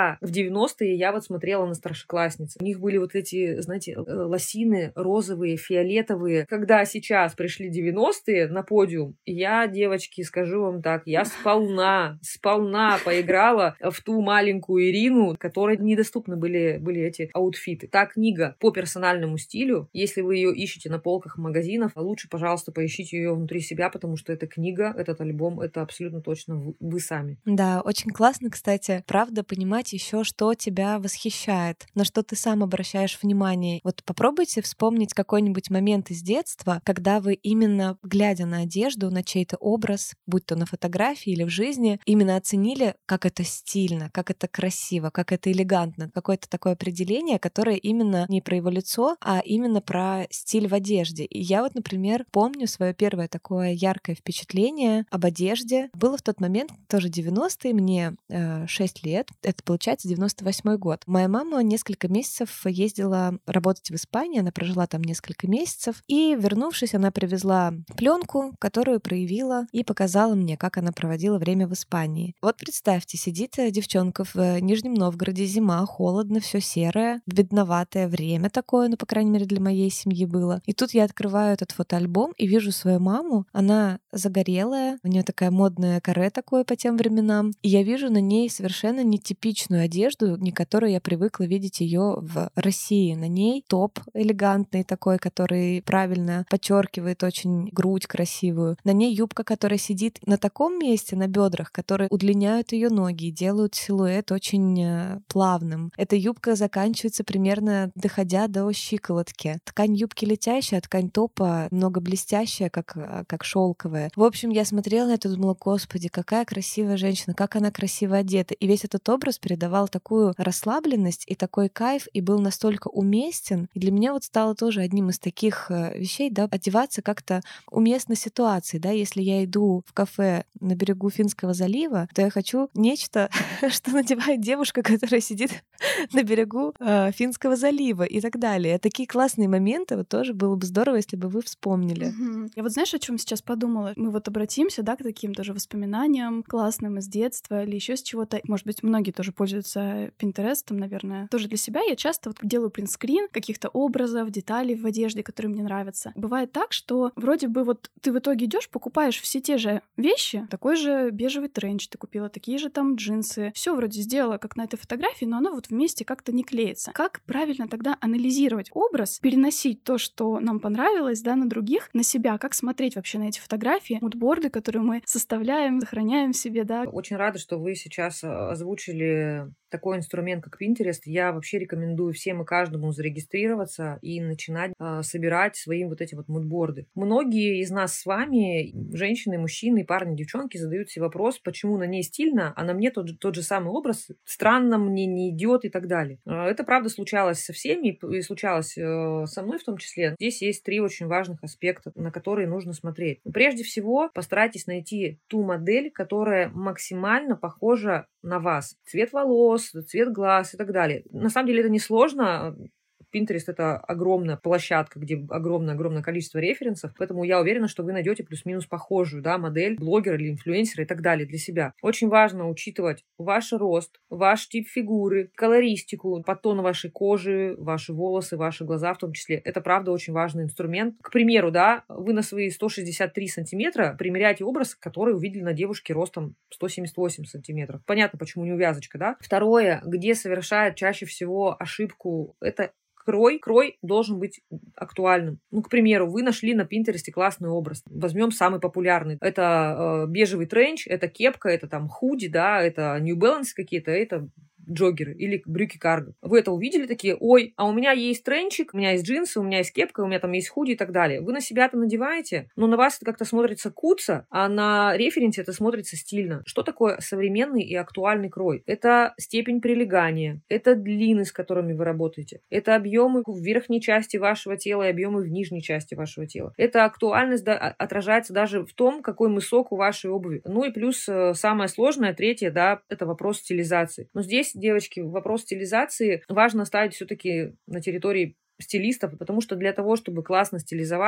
девяностые я вот смотрела на старшеклассниц. У них были вот эти, знаете, лосины розовые, фиолетовые. Когда сейчас пришли девяностые на подиум, я, девочки, скажу вам так, я сполна, сполна поиграла в ту маленькую Ирину, которой недоступны были, были эти аутфиты. Та книга по персональному стилю, если вы ее ищете на полках магазинов, лучше, пожалуйста, поищите ее внутри себя, потому что эта книга, этот альбом, это абсолютно точно вы, вы сами. Да, очень классно, кстати, правда, понимать еще, что тебя восхищает, на что ты сам обращаешь внимание. Вот попробуйте вспомнить какой-нибудь момент из детства, когда вы именно, глядя на одежду, на чей-то образ, будь то на фотографии или в жизни, именно оценили, как это стильно, как это красиво, как это элегантно, какое-то такое определение, которое именно не про его лицо, а именно про стиль в одежде. И я вот, например, помню свое первое такое яркое впечатление об одежде. Было в тот момент, тоже девяностые, мне э, шесть лет, это получается девяносто восьмой год. Моя мама несколько месяцев ездила работать в Испании, она прожила там несколько месяцев, и, вернувшись, она привезла пленку, которую проявила и показала мне, как она проводила время в Испании. Вот представьте, сидит девчонка в Нижнем Новгороде, зима, холодно, все серое, бедноватое время такое, ну, по крайней мере, для моей семьи было. И тут я открываю этот фотоальбом и вижу свою маму, она загорелая, у нее такая модная каре такое по тем временам, и я вижу на ней совершенно нетипичную одежду, не которую я привыкла видеть ее в России. На ней топ элегантный такой, который правильно подчеркивает очень грудь красивую. На ней юбка, которая сидит на таком месте, на бедрах, которые удлиняют ее ноги и делают силуэт очень плавным. Эта юбка заканчивается примерно доходя до щиколотки. Ткань юбки летящая, ткань топа много блестящая, как, как шелковая. В общем, я смотрела на это и думала, господи, какая красивая женщина, как она красиво одета. И весь этот образ передавал такую расслабленность и такой кайф, и был настолько уместен. И для меня вот стало тоже одним из таких вещей, да, одеваться как-то уместно ситуации, да, если я иду в кафе на берегу Финского залива, то я хочу нечто, что надевает девушка, которая сидит на берегу э, Финского залива и так далее. Такие классные моменты, вот тоже было бы здорово, если бы вы вспомнили. Угу. Я вот знаешь, о чем сейчас подумала? Мы вот обратимся, да, к таким тоже воспоминаниям классным из детства или еще с чего-то. Может быть, многие тоже пользуются Пинтерестом, наверное. Тоже для себя я часто вот делаю принтскрин каких-то образов, деталей в одежде, которые мне нравятся. Бывает так, что вроде бы вот ты в итоге идешь, покупаешь все те же вещи, такой же бежевый тренч ты купила, такие же там джинсы. Все вроде сделала, как на этой фотографии, но оно вот вместе как-то не клеится. Как правильно тогда анализировать образ, переносить то, что нам понравилось, да, на других, на себя? Как смотреть вообще на эти фотографии, мудборды, которые мы составляем, сохраняем в себе, да? Очень рада, что вы сейчас озвучили такой инструмент, как Pinterest. Я вообще рекомендую всем и каждому зарегистрироваться и начинать э, собирать свои вот эти вот мудборды. Многие из нас с вами, женщины, мужчины, парни, девчонки, задают себе вопрос, почему на ней стильно, а на мне тот же, тот же самый образ странно, мне не идет и так далее. Э, это правда случалось со всеми и случалось э, со мной в том числе. Здесь есть три очень важных аспекта, на которые нужно смотреть. Прежде всего, постарайтесь найти ту модель, которая максимально похожа на вас. Цвет волос, цвет глаз и так далее. На самом деле это несложно. Pinterest — это огромная площадка, где огромное-огромное количество референсов, поэтому я уверена, что вы найдете плюс-минус похожую, да, модель блогера или инфлюенсера и так далее для себя. Очень важно учитывать ваш рост, ваш тип фигуры, колористику, подтон вашей кожи, ваши волосы, ваши глаза в том числе. Это, правда, очень важный инструмент. К примеру, да, вы на свои сто шестьдесят три сантиметра примеряете образ, который увидели на девушке ростом сто семьдесят восемь сантиметров. Понятно, почему не увязочка, да? Второе, где совершает чаще всего ошибку, это крой. Крой должен быть актуальным. Ну, к примеру, вы нашли на Пинтересте классный образ. Возьмем самый популярный. Это э, бежевый тренч, это кепка, это там худи, да, это New Balance какие-то, это джоггеры или брюки карго. Вы это увидели, такие, ой, а у меня есть тренчик, у меня есть джинсы, у меня есть кепка, у меня там есть худи и так далее. Вы на себя это надеваете, но на вас это как-то смотрится куца, а на референсе это смотрится стильно. Что такое современный и актуальный крой? Это степень прилегания, это длины, с которыми вы работаете, это объемы в верхней части вашего тела и объемы в нижней части вашего тела. Это актуальность, да, отражается даже в том, какой мысок у вашей обуви. Ну и плюс самое сложное, третье, да, это вопрос стилизации. Но здесь, девочки, вопрос стилизации важно ставить все-таки на территории стилистов, потому что для того, чтобы классно стилизовать,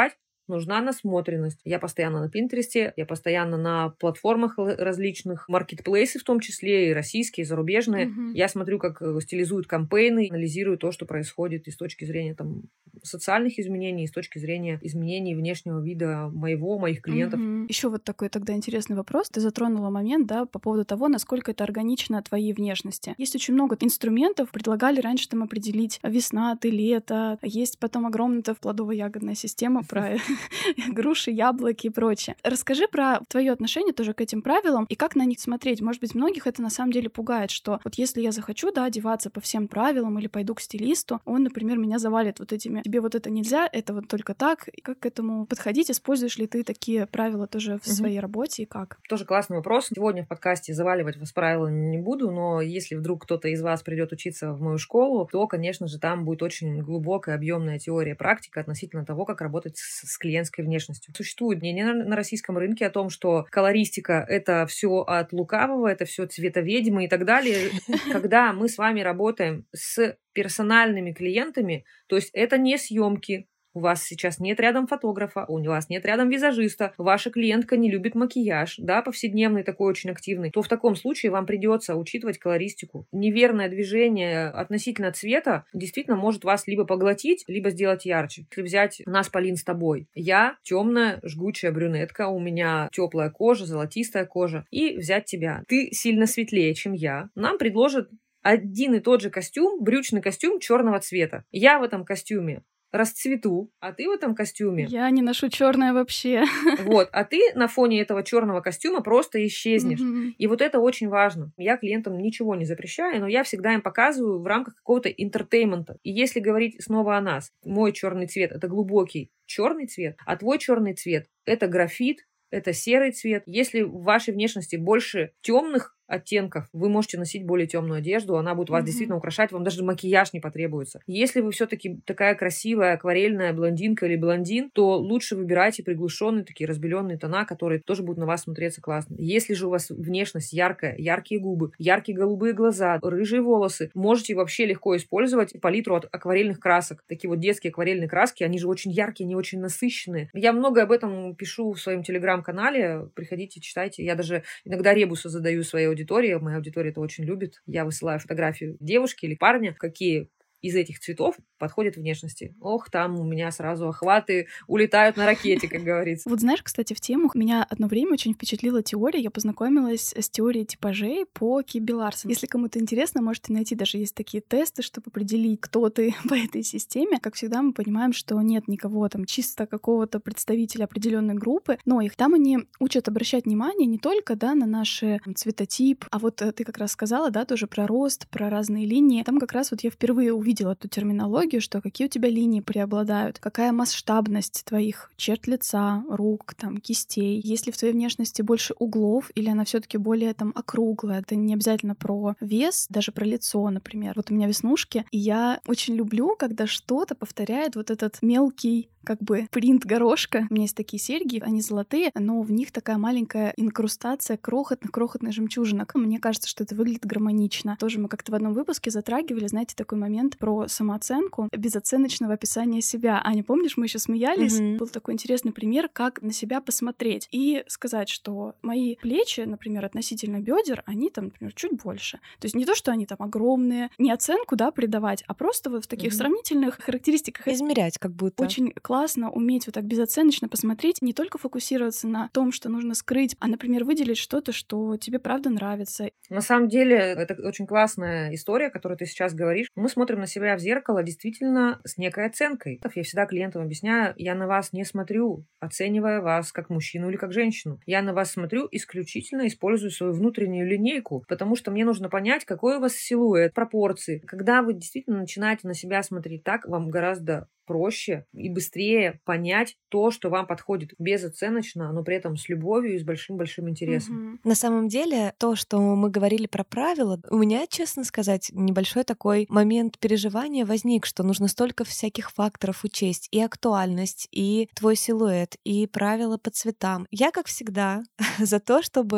нужна насмотренность. Я постоянно на Пинтересте, я постоянно на платформах различных, маркетплейсы в том числе, и российские, и зарубежные. Mm-hmm. Я смотрю, как стилизуют кампейны, анализирую то, что происходит и с точки зрения там, социальных изменений, и с точки зрения изменений внешнего вида моего, моих клиентов. Mm-hmm. Еще вот такой тогда интересный вопрос. Ты затронула момент, да, по поводу того, насколько это органично твоей внешности. Есть очень много инструментов. Предлагали раньше там определить весна, ты, лето. Есть потом огромная плодово-ягодная система про груши, яблоки и прочее. Расскажи про твое отношение тоже к этим правилам и как на них смотреть. Может быть, многих это на самом деле пугает, что вот если я захочу, да, одеваться по всем правилам или пойду к стилисту, он, например, меня завалит вот этими. Тебе вот это нельзя, это вот только так. И как к этому подходить? Используешь ли ты такие правила тоже в угу. своей работе и как? Тоже классный вопрос. Сегодня в подкасте заваливать вас правилами не буду, но если вдруг кто-то из вас придет учиться в мою школу, то, конечно же, там будет очень глубокая, объемная теория, практика относительно того, как работать с, с клиентской внешностью. Существует мнение на, на российском рынке о том, что колористика — это все от лукавого, это все цветоведьмы и так далее. Когда мы с вами работаем с персональными клиентами, то есть это не съемки, у вас сейчас нет рядом фотографа, у вас нет рядом визажиста, ваша клиентка не любит макияж, да, повседневный такой очень активный, то в таком случае вам придется учитывать колористику. Неверное движение относительно цвета действительно может вас либо поглотить, либо сделать ярче. Если взять нас, Полин, с тобой, я темная, жгучая брюнетка, у меня теплая кожа, золотистая кожа, и взять тебя. Ты сильно светлее, чем я. Нам предложат один и тот же костюм, брючный костюм черного цвета. Я в этом костюме расцвету, а ты в этом костюме... Я не ношу черное вообще. Вот, а ты на фоне этого черного костюма просто исчезнешь. Mm-hmm. И вот это очень важно. Я клиентам ничего не запрещаю, но я всегда им показываю в рамках какого-то интертеймента. И если говорить снова о нас, мой черный цвет — это глубокий черный цвет, а твой черный цвет — это графит, это серый цвет. Если в вашей внешности больше темных оттенков, вы можете носить более темную одежду, она будет вас mm-hmm. действительно украшать, вам даже макияж не потребуется. Если вы все-таки такая красивая акварельная блондинка или блондин, то лучше выбирайте приглушенные такие разбеленные тона, которые тоже будут на вас смотреться классно. Если же у вас внешность яркая, яркие губы, яркие голубые глаза, рыжие волосы, можете вообще легко использовать палитру от акварельных красок. Такие вот детские акварельные краски, они же очень яркие, они очень насыщенные. Я много об этом пишу в своем телеграм-канале, приходите, читайте. Я даже иногда ребусы задаю своей аудитории. Аудитория, моя аудитория это очень любит. Я высылаю фотографию девушки или парня, какие из этих цветов подходят внешности. Ох, там у меня сразу охваты улетают на ракете, как говорится. Вот знаешь, кстати, в тему меня одно время очень впечатлила теория. Я познакомилась с теорией типажей по Кибби Ларсон. Если кому-то интересно, можете найти, даже есть такие тесты, чтобы определить, кто ты по этой системе. Как всегда, мы понимаем, что нет никого там чисто какого-то представителя определенной группы, но их там они учат обращать внимание не только, да, на наш там, цветотип, а вот ты как раз сказала, да, тоже про рост, про разные линии. Там как раз вот я впервые увидела видела эту терминологию, что какие у тебя линии преобладают, какая масштабность твоих черт лица, рук, там, кистей. Есть ли в твоей внешности больше углов, или она все-таки более там округлая? Это не обязательно про вес, даже про лицо, например. Вот у меня веснушки, и я очень люблю, когда что-то повторяет вот этот мелкий как бы принт горошка. У меня есть такие серьги, они золотые, но в них такая маленькая инкрустация крохотных-крохотных жемчужинок. Мне кажется, что это выглядит гармонично. Тоже мы как-то в одном выпуске затрагивали, знаете, такой момент про самооценку без оценочного описания себя. Аня, помнишь, мы еще смеялись? Mm-hmm. Был такой интересный пример, как на себя посмотреть и сказать, что мои плечи, например, относительно бедер, они там, например, чуть больше. То есть не то, что они там огромные, не оценку, да, придавать, а просто вот в таких mm-hmm. сравнительных характеристиках. Измерять как будто. Очень классно уметь вот так безоценочно посмотреть, не только фокусироваться на том, что нужно скрыть, а, например, выделить что-то, что тебе правда нравится. На самом деле, это очень классная история, которую ты сейчас говоришь. Мы смотрим на себя в зеркало действительно с некой оценкой. Я всегда клиентам объясняю, я на вас не смотрю, оценивая вас как мужчину или как женщину. Я на вас смотрю исключительно, используя свою внутреннюю линейку, потому что мне нужно понять, какой у вас силуэт, пропорции. Когда вы действительно начинаете на себя смотреть так, вам гораздо проще и быстрее понять то, что вам подходит безоценочно, но при этом с любовью и с большим-большим интересом. Угу. На самом деле, то, что мы говорили про правила, у меня, честно сказать, небольшой такой момент переживания возник, что нужно столько всяких факторов учесть. И актуальность, и твой силуэт, и правила по цветам. Я, как всегда, за то, чтобы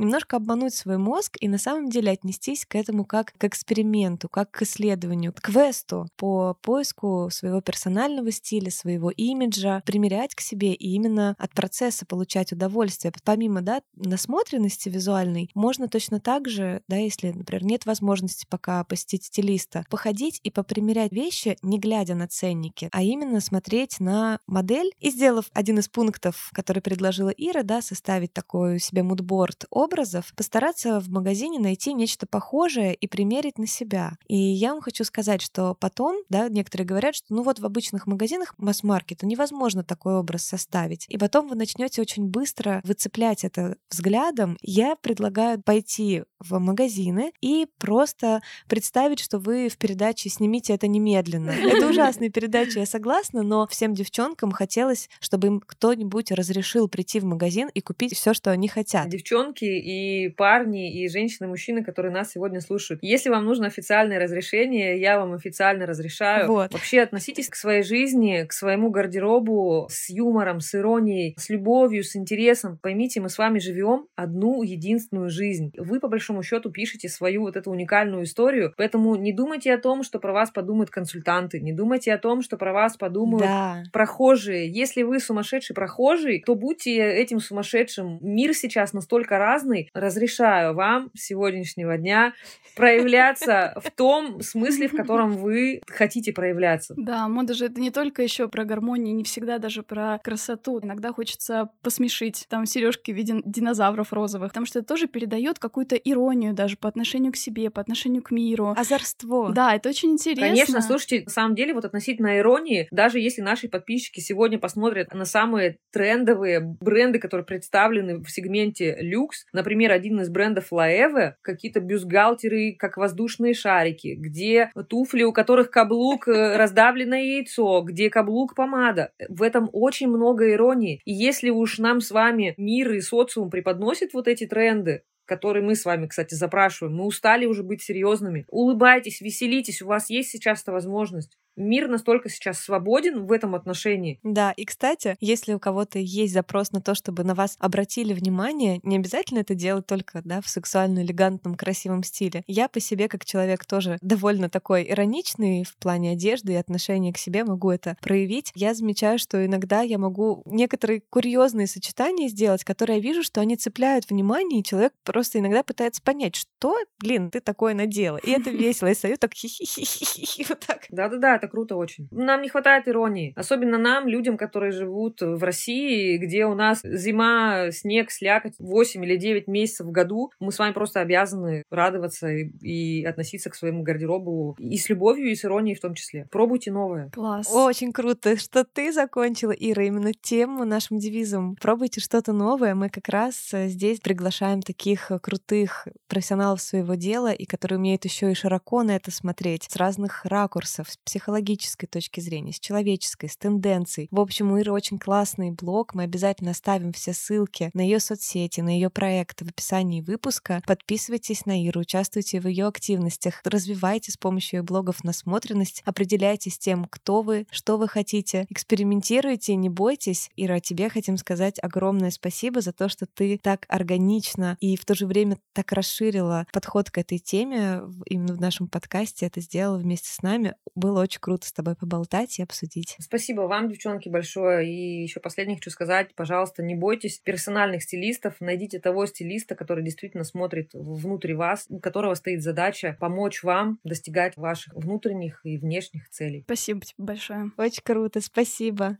немножко обмануть свой мозг и на самом деле отнестись к этому как к эксперименту, как к исследованию, к квесту по поиску своего персонального стиля, своего имиджа, примерять к себе и именно от процесса получать удовольствие. Помимо, да, насмотренности визуальной, можно точно так же, да, если, например, нет возможности пока посетить стилиста, походить и попримерять вещи, не глядя на ценники, а именно смотреть на модель и, сделав один из пунктов, который предложила Ира, да, составить такой себе мудборд образов, постараться в магазине найти нечто похожее и примерить на себя. И я вам хочу сказать, что потом, да, некоторые говорят, что ну вот в обычных магазинах масс-маркета невозможно такой образ составить. И потом вы начнете очень быстро выцеплять это взглядом. Я предлагаю пойти в магазины и просто представить, что вы в передаче «Снимите это немедленно». Это ужасная передача, я согласна, но всем девчонкам хотелось, чтобы им кто-нибудь разрешил прийти в магазин и купить все, что они хотят. Девчонки и парни, и женщины, и мужчины, которые нас сегодня слушают. Если вам нужно официальное разрешение, я вам официально разрешаю. Вот. Вообще относитесь к своей жизни, к своему гардеробу с юмором, с иронией, с любовью, с интересом. Поймите, мы с вами живем одну единственную жизнь. Вы, по большому счету, пишете свою вот эту уникальную историю, поэтому не думайте о том, что про вас подумают консультанты, не думайте о том, что про вас подумают Да. прохожие. Если вы сумасшедший прохожий, то будьте этим сумасшедшим. Мир сейчас настолько разный. Разрешаю вам с сегодняшнего дня проявляться в том смысле, в котором вы хотите проявляться. Да, мода же это не только еще про гармонию, не всегда даже про красоту. Иногда хочется посмешить, там сережки в виде динозавров розовых, потому что это тоже передает какую-то иронию даже по отношению к себе, по отношению к миру. Озорство. Да, это очень интересно. Конечно, слушайте, на самом деле, вот относительно иронии, даже если наши подписчики сегодня посмотрят на самые трендовые бренды, которые представлены в сегменте люкс, например, один из брендов Loewe, какие-то бюстгальтеры, как воздушные шарики, где туфли, у которых каблук раздавленное яйцо, где каблук помада. В этом очень много иронии. И если уж нам с вами мир и социум преподносит вот эти тренды, которые мы с вами, кстати, запрашиваем, мы устали уже быть серьезными. Улыбайтесь, веселитесь, у вас есть сейчас эта возможность. Мир настолько сейчас свободен в этом отношении. Да, и, кстати, если у кого-то есть запрос на то, чтобы на вас обратили внимание, не обязательно это делать только, да, в сексуально элегантном, красивом стиле. Я по себе, как человек тоже довольно такой ироничный в плане одежды и отношения к себе, могу это проявить. Я замечаю, что иногда я могу некоторые курьезные сочетания сделать, которые я вижу, что они цепляют внимание, и человек просто иногда пытается понять, что, блин, ты такое надела. И это весело. Я стою так хи-хи-хи-хи-хи, вот так. Да-да-да, это круто очень. Нам не хватает иронии. Особенно нам, людям, которые живут в России, где у нас зима, снег, слякоть восемь или девять месяцев в году. Мы с вами просто обязаны радоваться и, и относиться к своему гардеробу и с любовью, и с иронией в том числе. Пробуйте новое. Класс. Очень круто, что ты закончила, Ира, именно тему нашим девизом. Пробуйте что-то новое. Мы как раз здесь приглашаем таких крутых профессионалов своего дела, и которые умеют еще и широко на это смотреть с разных ракурсов, с психологической точки зрения, с человеческой, с тенденцией. В общем, у Иры очень классный блог. Мы обязательно оставим все ссылки на ее соцсети, на ее проекты в описании выпуска. Подписывайтесь на Иру, участвуйте в ее активностях, развивайте с помощью ее блогов насмотренность, определяйтесь тем, кто вы, что вы хотите, экспериментируйте, не бойтесь. Ира, тебе хотим сказать огромное спасибо за то, что ты так органично и в то же время так расширила подход к этой теме именно в нашем подкасте, это сделала вместе с нами. Было очень круто с тобой поболтать и обсудить. Спасибо вам, девчонки, большое. И еще последнее хочу сказать, пожалуйста, не бойтесь персональных стилистов, найдите того стилиста, который действительно смотрит внутрь вас, у которого стоит задача помочь вам достигать ваших внутренних и внешних целей. Спасибо тебе большое. Очень круто, спасибо.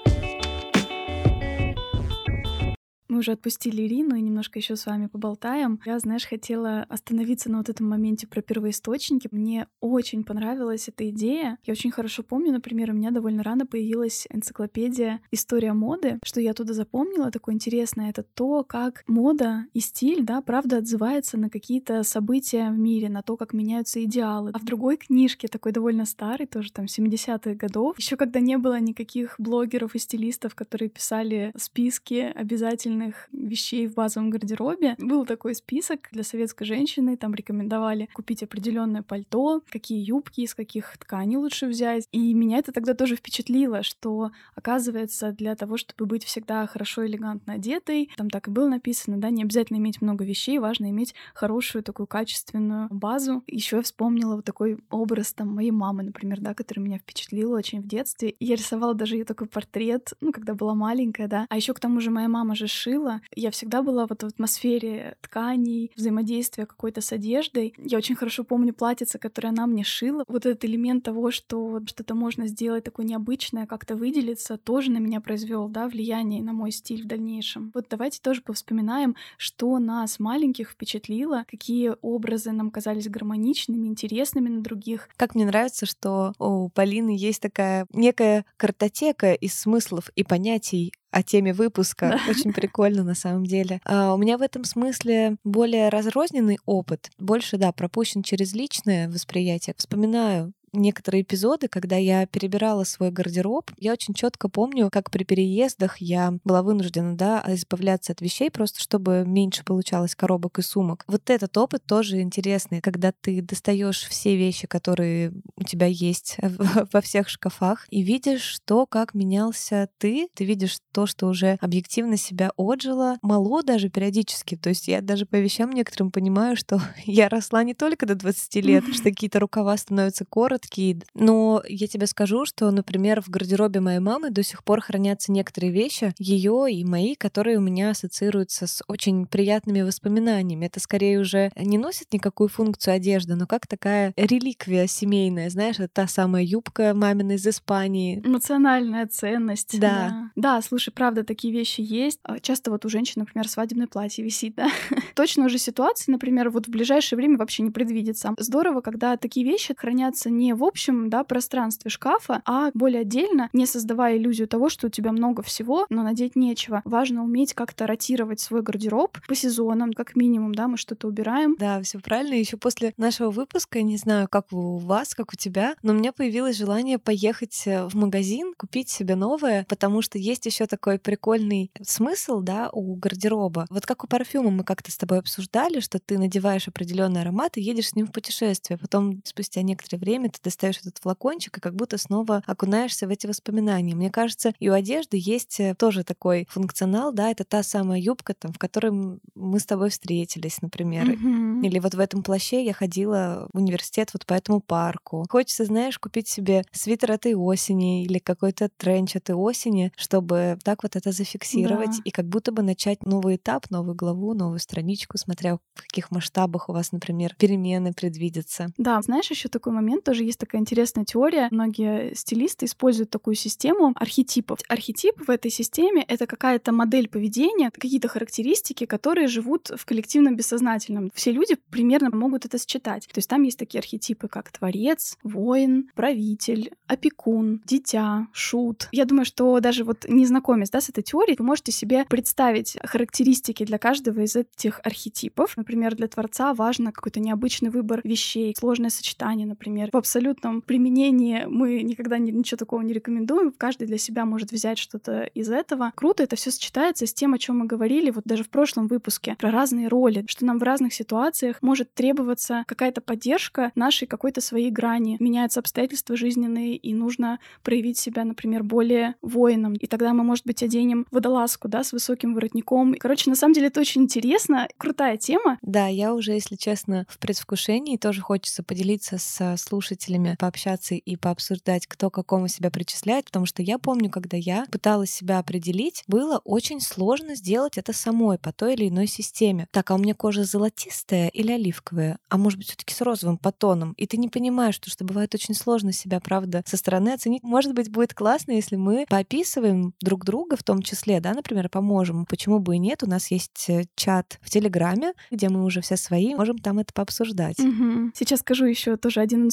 Мы уже отпустили Ирину и немножко еще с вами поболтаем. Я, знаешь, хотела остановиться на вот этом моменте про первоисточники. Мне очень понравилась эта идея. Я очень хорошо помню, например, у меня довольно рано появилась энциклопедия «История моды». Что я оттуда запомнила такое интересное, это то, как мода и стиль, да, правда отзывается на какие-то события в мире, на то, как меняются идеалы. А в другой книжке, такой довольно старой, тоже там семидесятых годов, еще когда не было никаких блогеров и стилистов, которые писали списки обязательных идеальных вещей в базовом гардеробе. Был такой список для советской женщины, там рекомендовали купить определенное пальто, какие юбки, из каких тканей лучше взять. И меня это тогда тоже впечатлило, что, оказывается, для того, чтобы быть всегда хорошо элегантно одетой, там так и было написано, да, не обязательно иметь много вещей, важно иметь хорошую такую качественную базу. Еще я вспомнила вот такой образ там моей мамы, например, да, который меня впечатлил очень в детстве. И я рисовала даже ее такой портрет, ну, когда была маленькая, да. А еще к тому же моя мама же шила. Я всегда была вот в атмосфере тканей, взаимодействия какой-то с одеждой. Я очень хорошо помню платьице, которое она мне шила. Вот этот элемент того, что что-то можно сделать такое необычное, как-то выделиться, тоже на меня произвел, да, влияние на мой стиль в дальнейшем. Вот давайте тоже повспоминаем, что нас, маленьких, впечатлило, какие образы нам казались гармоничными, интересными на других. Как мне нравится, что у Полины есть такая некая картотека из смыслов и понятий о теме выпуска. Да. Очень прикольно на самом деле. А у меня в этом смысле более разрозненный опыт, больше, да, пропущен через личное восприятие. Вспоминаю некоторые эпизоды, когда я перебирала свой гардероб, я очень четко помню, как при переездах я была вынуждена, да, избавляться от вещей, просто чтобы меньше получалось коробок и сумок. Вот этот опыт тоже интересный, когда ты достаешь все вещи, которые у тебя есть во всех шкафах, и видишь, что, как менялся ты, ты видишь то, что уже объективно себя отжило, мало даже периодически. То есть я даже по вещам некоторым понимаю, что я росла не только до двадцати лет, что какие-то рукава становятся короткие. Но я тебе скажу, что, например, в гардеробе моей мамы до сих пор хранятся некоторые вещи, ее и мои, которые у меня ассоциируются с очень приятными воспоминаниями. Это скорее уже не носит никакую функцию одежды, но как такая реликвия семейная, знаешь, это та самая юбка мамина из Испании. Эмоциональная ценность. Да. Да, да, слушай, правда, такие вещи есть. Часто вот у женщин, например, свадебное платье висит, да. Точно уже ситуации, например, вот в ближайшее время вообще не предвидится. Здорово, когда такие вещи хранятся не в общем, да, пространстве шкафа, а более отдельно, не создавая иллюзию того, что у тебя много всего, но надеть нечего. Важно уметь как-то ротировать свой гардероб по сезонам, как минимум, да, мы что-то убираем. Да, все правильно. Еще после нашего выпуска, не знаю, как у вас, как у тебя, но у меня появилось желание поехать в магазин, купить себе новое, потому что есть еще такой прикольный смысл, да, у гардероба. Вот как у парфюма мы как-то с тобой обсуждали, что ты надеваешь определенный аромат и едешь с ним в путешествие. Потом, спустя некоторое время, ты достаешь этот флакончик и как будто снова окунаешься в эти воспоминания. Мне кажется, и у одежды есть тоже такой функционал, да, это та самая юбка, там, в которой мы с тобой встретились, например. Mm-hmm. Или вот в этом плаще я ходила в университет вот по этому парку. Хочется, знаешь, купить себе свитер этой осени или какой-то тренч этой осени, чтобы так вот это зафиксировать, да. И как будто бы начать новый этап, новую главу, новую страничку, смотря в каких масштабах у вас, например, перемены предвидятся. Да, знаешь, еще такой момент тоже есть. Такая интересная теория. Многие стилисты используют такую систему архетипов. Архетип в этой системе — это какая-то модель поведения, какие-то характеристики, которые живут в коллективном бессознательном. Все люди примерно могут это считать. То есть там есть такие архетипы, как творец, воин, правитель, опекун, дитя, шут. Я думаю, что даже вот не знакомясь, да, с этой теорией, вы можете себе представить характеристики для каждого из этих архетипов. Например, для творца важно какой-то необычный выбор вещей, сложное сочетание, например. В абсолютном применении мы никогда не, ничего такого не рекомендуем. Каждый для себя может взять что-то из этого. Круто это все сочетается с тем, о чем мы говорили вот даже в прошлом выпуске, про разные роли, что нам в разных ситуациях может требоваться какая-то поддержка нашей какой-то своей грани. Меняются обстоятельства жизненные, и нужно проявить себя, например, более воином. И тогда мы, может быть, оденем водолазку, да, с высоким воротником. Короче, на самом деле это очень интересно, крутая тема. Да, я уже, если честно, в предвкушении, тоже хочется поделиться с слушателями, пообщаться и пообсуждать, кто к какому себя причисляет, потому что я помню, когда я пыталась себя определить, было очень сложно сделать это самой по той или иной системе. Так, а у меня кожа золотистая или оливковая? А может быть, все-таки с розовым подтоном? И ты не понимаешь, что, что бывает очень сложно себя, правда, со стороны оценить. Может быть, будет классно, если мы поописываем друг друга в том числе, да, например, поможем. Почему бы и нет? У нас есть чат в Телеграме, где мы уже все свои, можем там это пообсуждать. Угу. Сейчас скажу еще тоже один инструмент,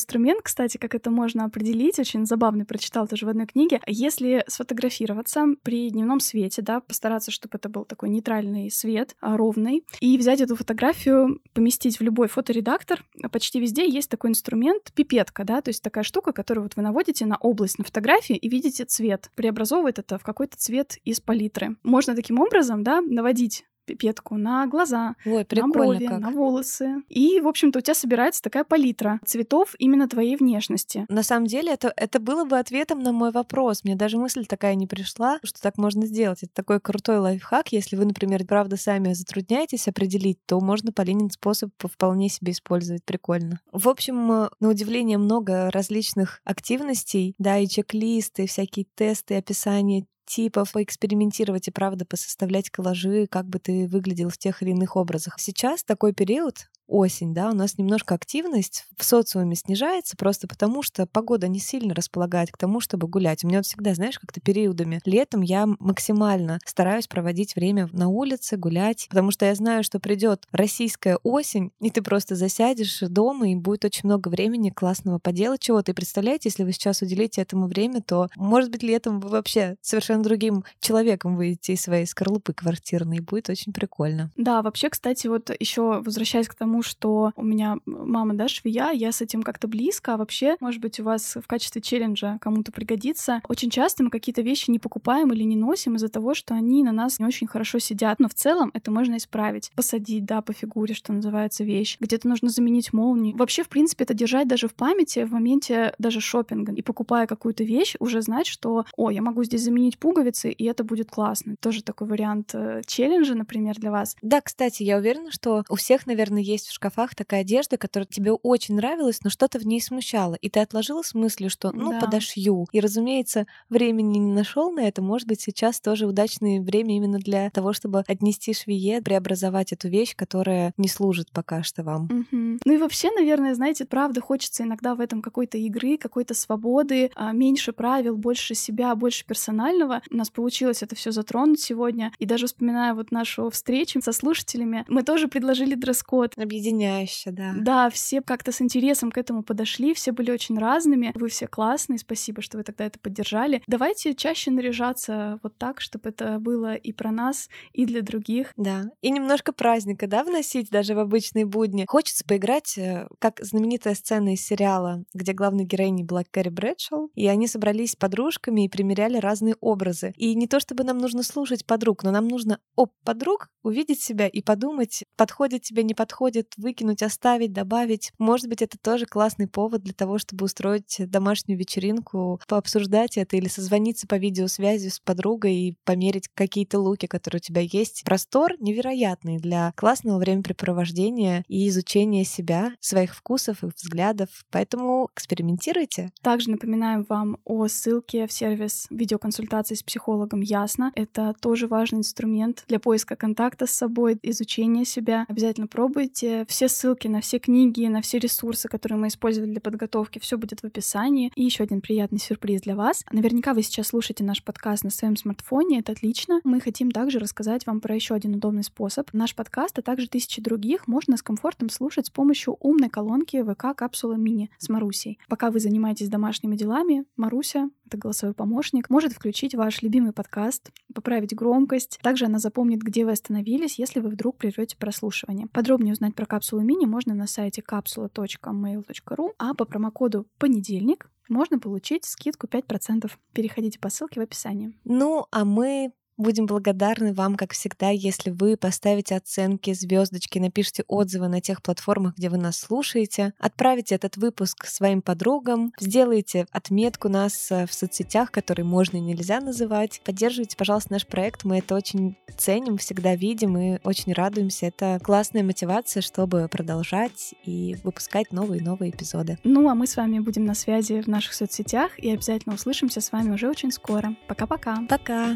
вариант, кстати, как это можно определить, очень забавный, прочитал тоже в одной книге. Если сфотографироваться при дневном свете, да, постараться, чтобы это был такой нейтральный свет, ровный, и взять эту фотографию, поместить в любой фоторедактор, почти везде есть такой инструмент пипетка, да, то есть такая штука, которую вот вы наводите на область на фотографии и видите цвет, преобразовывает это в какой-то цвет из палитры. Можно таким образом, да, наводить пипетку на глаза, Ой, на брови, как. на волосы. И, в общем-то, у тебя собирается такая палитра цветов именно твоей внешности. На самом деле, это, это было бы ответом на мой вопрос. Мне даже мысль такая не пришла, что так можно сделать. Это такой крутой лайфхак. Если вы, например, правда сами затрудняетесь определить, то можно Полинин способ вполне себе использовать. Прикольно. В общем, на удивление, много различных активностей, да, и чек-листы, всякие тесты, описания типов, поэкспериментировать и, правда, посоставлять коллажи, как бы ты выглядел в тех или иных образах. Сейчас такой период, осень, да, у нас немножко активность в социуме снижается просто потому, что погода не сильно располагает к тому, чтобы гулять. У меня вот всегда, знаешь, как-то периодами летом я максимально стараюсь проводить время на улице, гулять, потому что я знаю, что придет российская осень, и ты просто засядешь дома, и будет очень много времени классного поделать чего-то. И представляете, если вы сейчас уделите этому время, то, может быть, летом вы вообще совершенно другим человеком выйдете из своей скорлупы квартирной, и будет очень прикольно. Да, вообще, кстати, вот еще возвращаясь к тому, что у меня мама, да, швея, я с этим как-то близко, а вообще, может быть, у вас в качестве челленджа кому-то пригодится. Очень часто мы какие-то вещи не покупаем или не носим из-за того, что они на нас не очень хорошо сидят, но в целом это можно исправить. Посадить, да, по фигуре, что называется, вещь. Где-то нужно заменить молнию. Вообще, в принципе, это держать даже в памяти в моменте даже шопинга. И покупая какую-то вещь, уже знать, что, о, я могу здесь заменить пуговицы, и это будет классно. Тоже такой вариант э, челленджа, например, для вас. Да, кстати, я уверена, что у всех, наверное, есть в шкафах такая одежда, которая тебе очень нравилась, но что-то в ней смущало. И ты отложила с мыслью, что ну, Да. подошью. И, разумеется, времени не нашел на это. Может быть, сейчас тоже удачное время именно для того, чтобы отнести швее, преобразовать эту вещь, которая не служит пока что вам. Мгм. Ну и вообще, наверное, знаете, правда, хочется иногда в этом какой-то игры, какой-то свободы, а, меньше правил, больше себя, больше персонального. У нас получилось это все затронуть сегодня. И даже вспоминая вот нашу встречу со слушателями, мы тоже предложили дресс-код. Объединяюще, да. Да, все как-то с интересом к этому подошли, все были очень разными. Вы все классные, спасибо, что вы тогда это поддержали. Давайте чаще наряжаться вот так, чтобы это было и про нас, и для других. Да. И немножко праздника, да, вносить даже в обычные будни. Хочется поиграть, э, как знаменитая сцена из сериала, где главной героиней была Кэрри Брэдшоу, и они собрались с подружками и примеряли разные образы. И не то чтобы нам нужно слушать подруг, но нам нужно об подруг увидеть себя и подумать, подходит тебе, не подходит, выкинуть, оставить, добавить. Может быть, это тоже классный повод для того, чтобы устроить домашнюю вечеринку, пообсуждать это или созвониться по видеосвязи с подругой и померить какие-то луки, которые у тебя есть. Простор невероятный для классного времяпрепровождения и изучения себя, своих вкусов и взглядов. Поэтому экспериментируйте. Также напоминаем вам о ссылке в сервис видеоконсультации с психологом «Ясно». Это тоже важный инструмент для поиска контакта с собой, изучения себя. Обязательно пробуйте. Все ссылки на все книги, на все ресурсы, которые мы использовали для подготовки, все будет в описании. И еще один приятный сюрприз для вас. Наверняка вы сейчас слушаете наш подкаст на своем смартфоне. Это отлично. Мы хотим также рассказать вам про еще один удобный способ. Наш подкаст, а также тысячи других, можно с комфортом слушать с помощью умной колонки вэ ка Капсула Мини с Марусей. Пока вы занимаетесь домашними делами, Маруся, это голосовой помощник, может включить ваш любимый подкаст, поправить громкость. Также она запомнит, где вы остановились, если вы вдруг прервете прослушивание. Подробнее узнать про капсулу мини можно на сайте капсула точка мейл точка ру, а по промокоду «Понедельник» можно получить скидку пять процентов. Переходите по ссылке в описании. Ну, а мы будем благодарны вам, как всегда, если вы поставите оценки, звездочки, напишите отзывы на тех платформах, где вы нас слушаете, отправите этот выпуск своим подругам, сделайте отметку нас в соцсетях, которые можно и нельзя называть. Поддерживайте, пожалуйста, наш проект. Мы это очень ценим, всегда видим и очень радуемся. Это классная мотивация, чтобы продолжать и выпускать новые и новые эпизоды. Ну, а мы с вами будем на связи в наших соцсетях и обязательно услышимся с вами уже очень скоро. Пока-пока. Пока!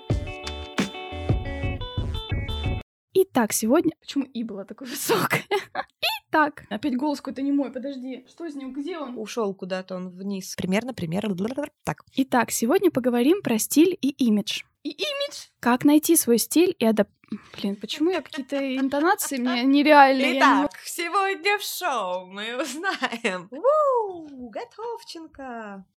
Итак, сегодня... Почему «и» было такое высокое? Итак, опять голос какой-то не мой, подожди. Что с ним? Где он? Ушел куда-то он вниз. Примерно, примерно. Так. Итак, сегодня поговорим про стиль и имидж. и имидж. Как найти свой стиль и адап... Блин, почему я какие-то интонации мне нереальные? Итак, сегодня в шоу мы узнаем. Ву, готовченко.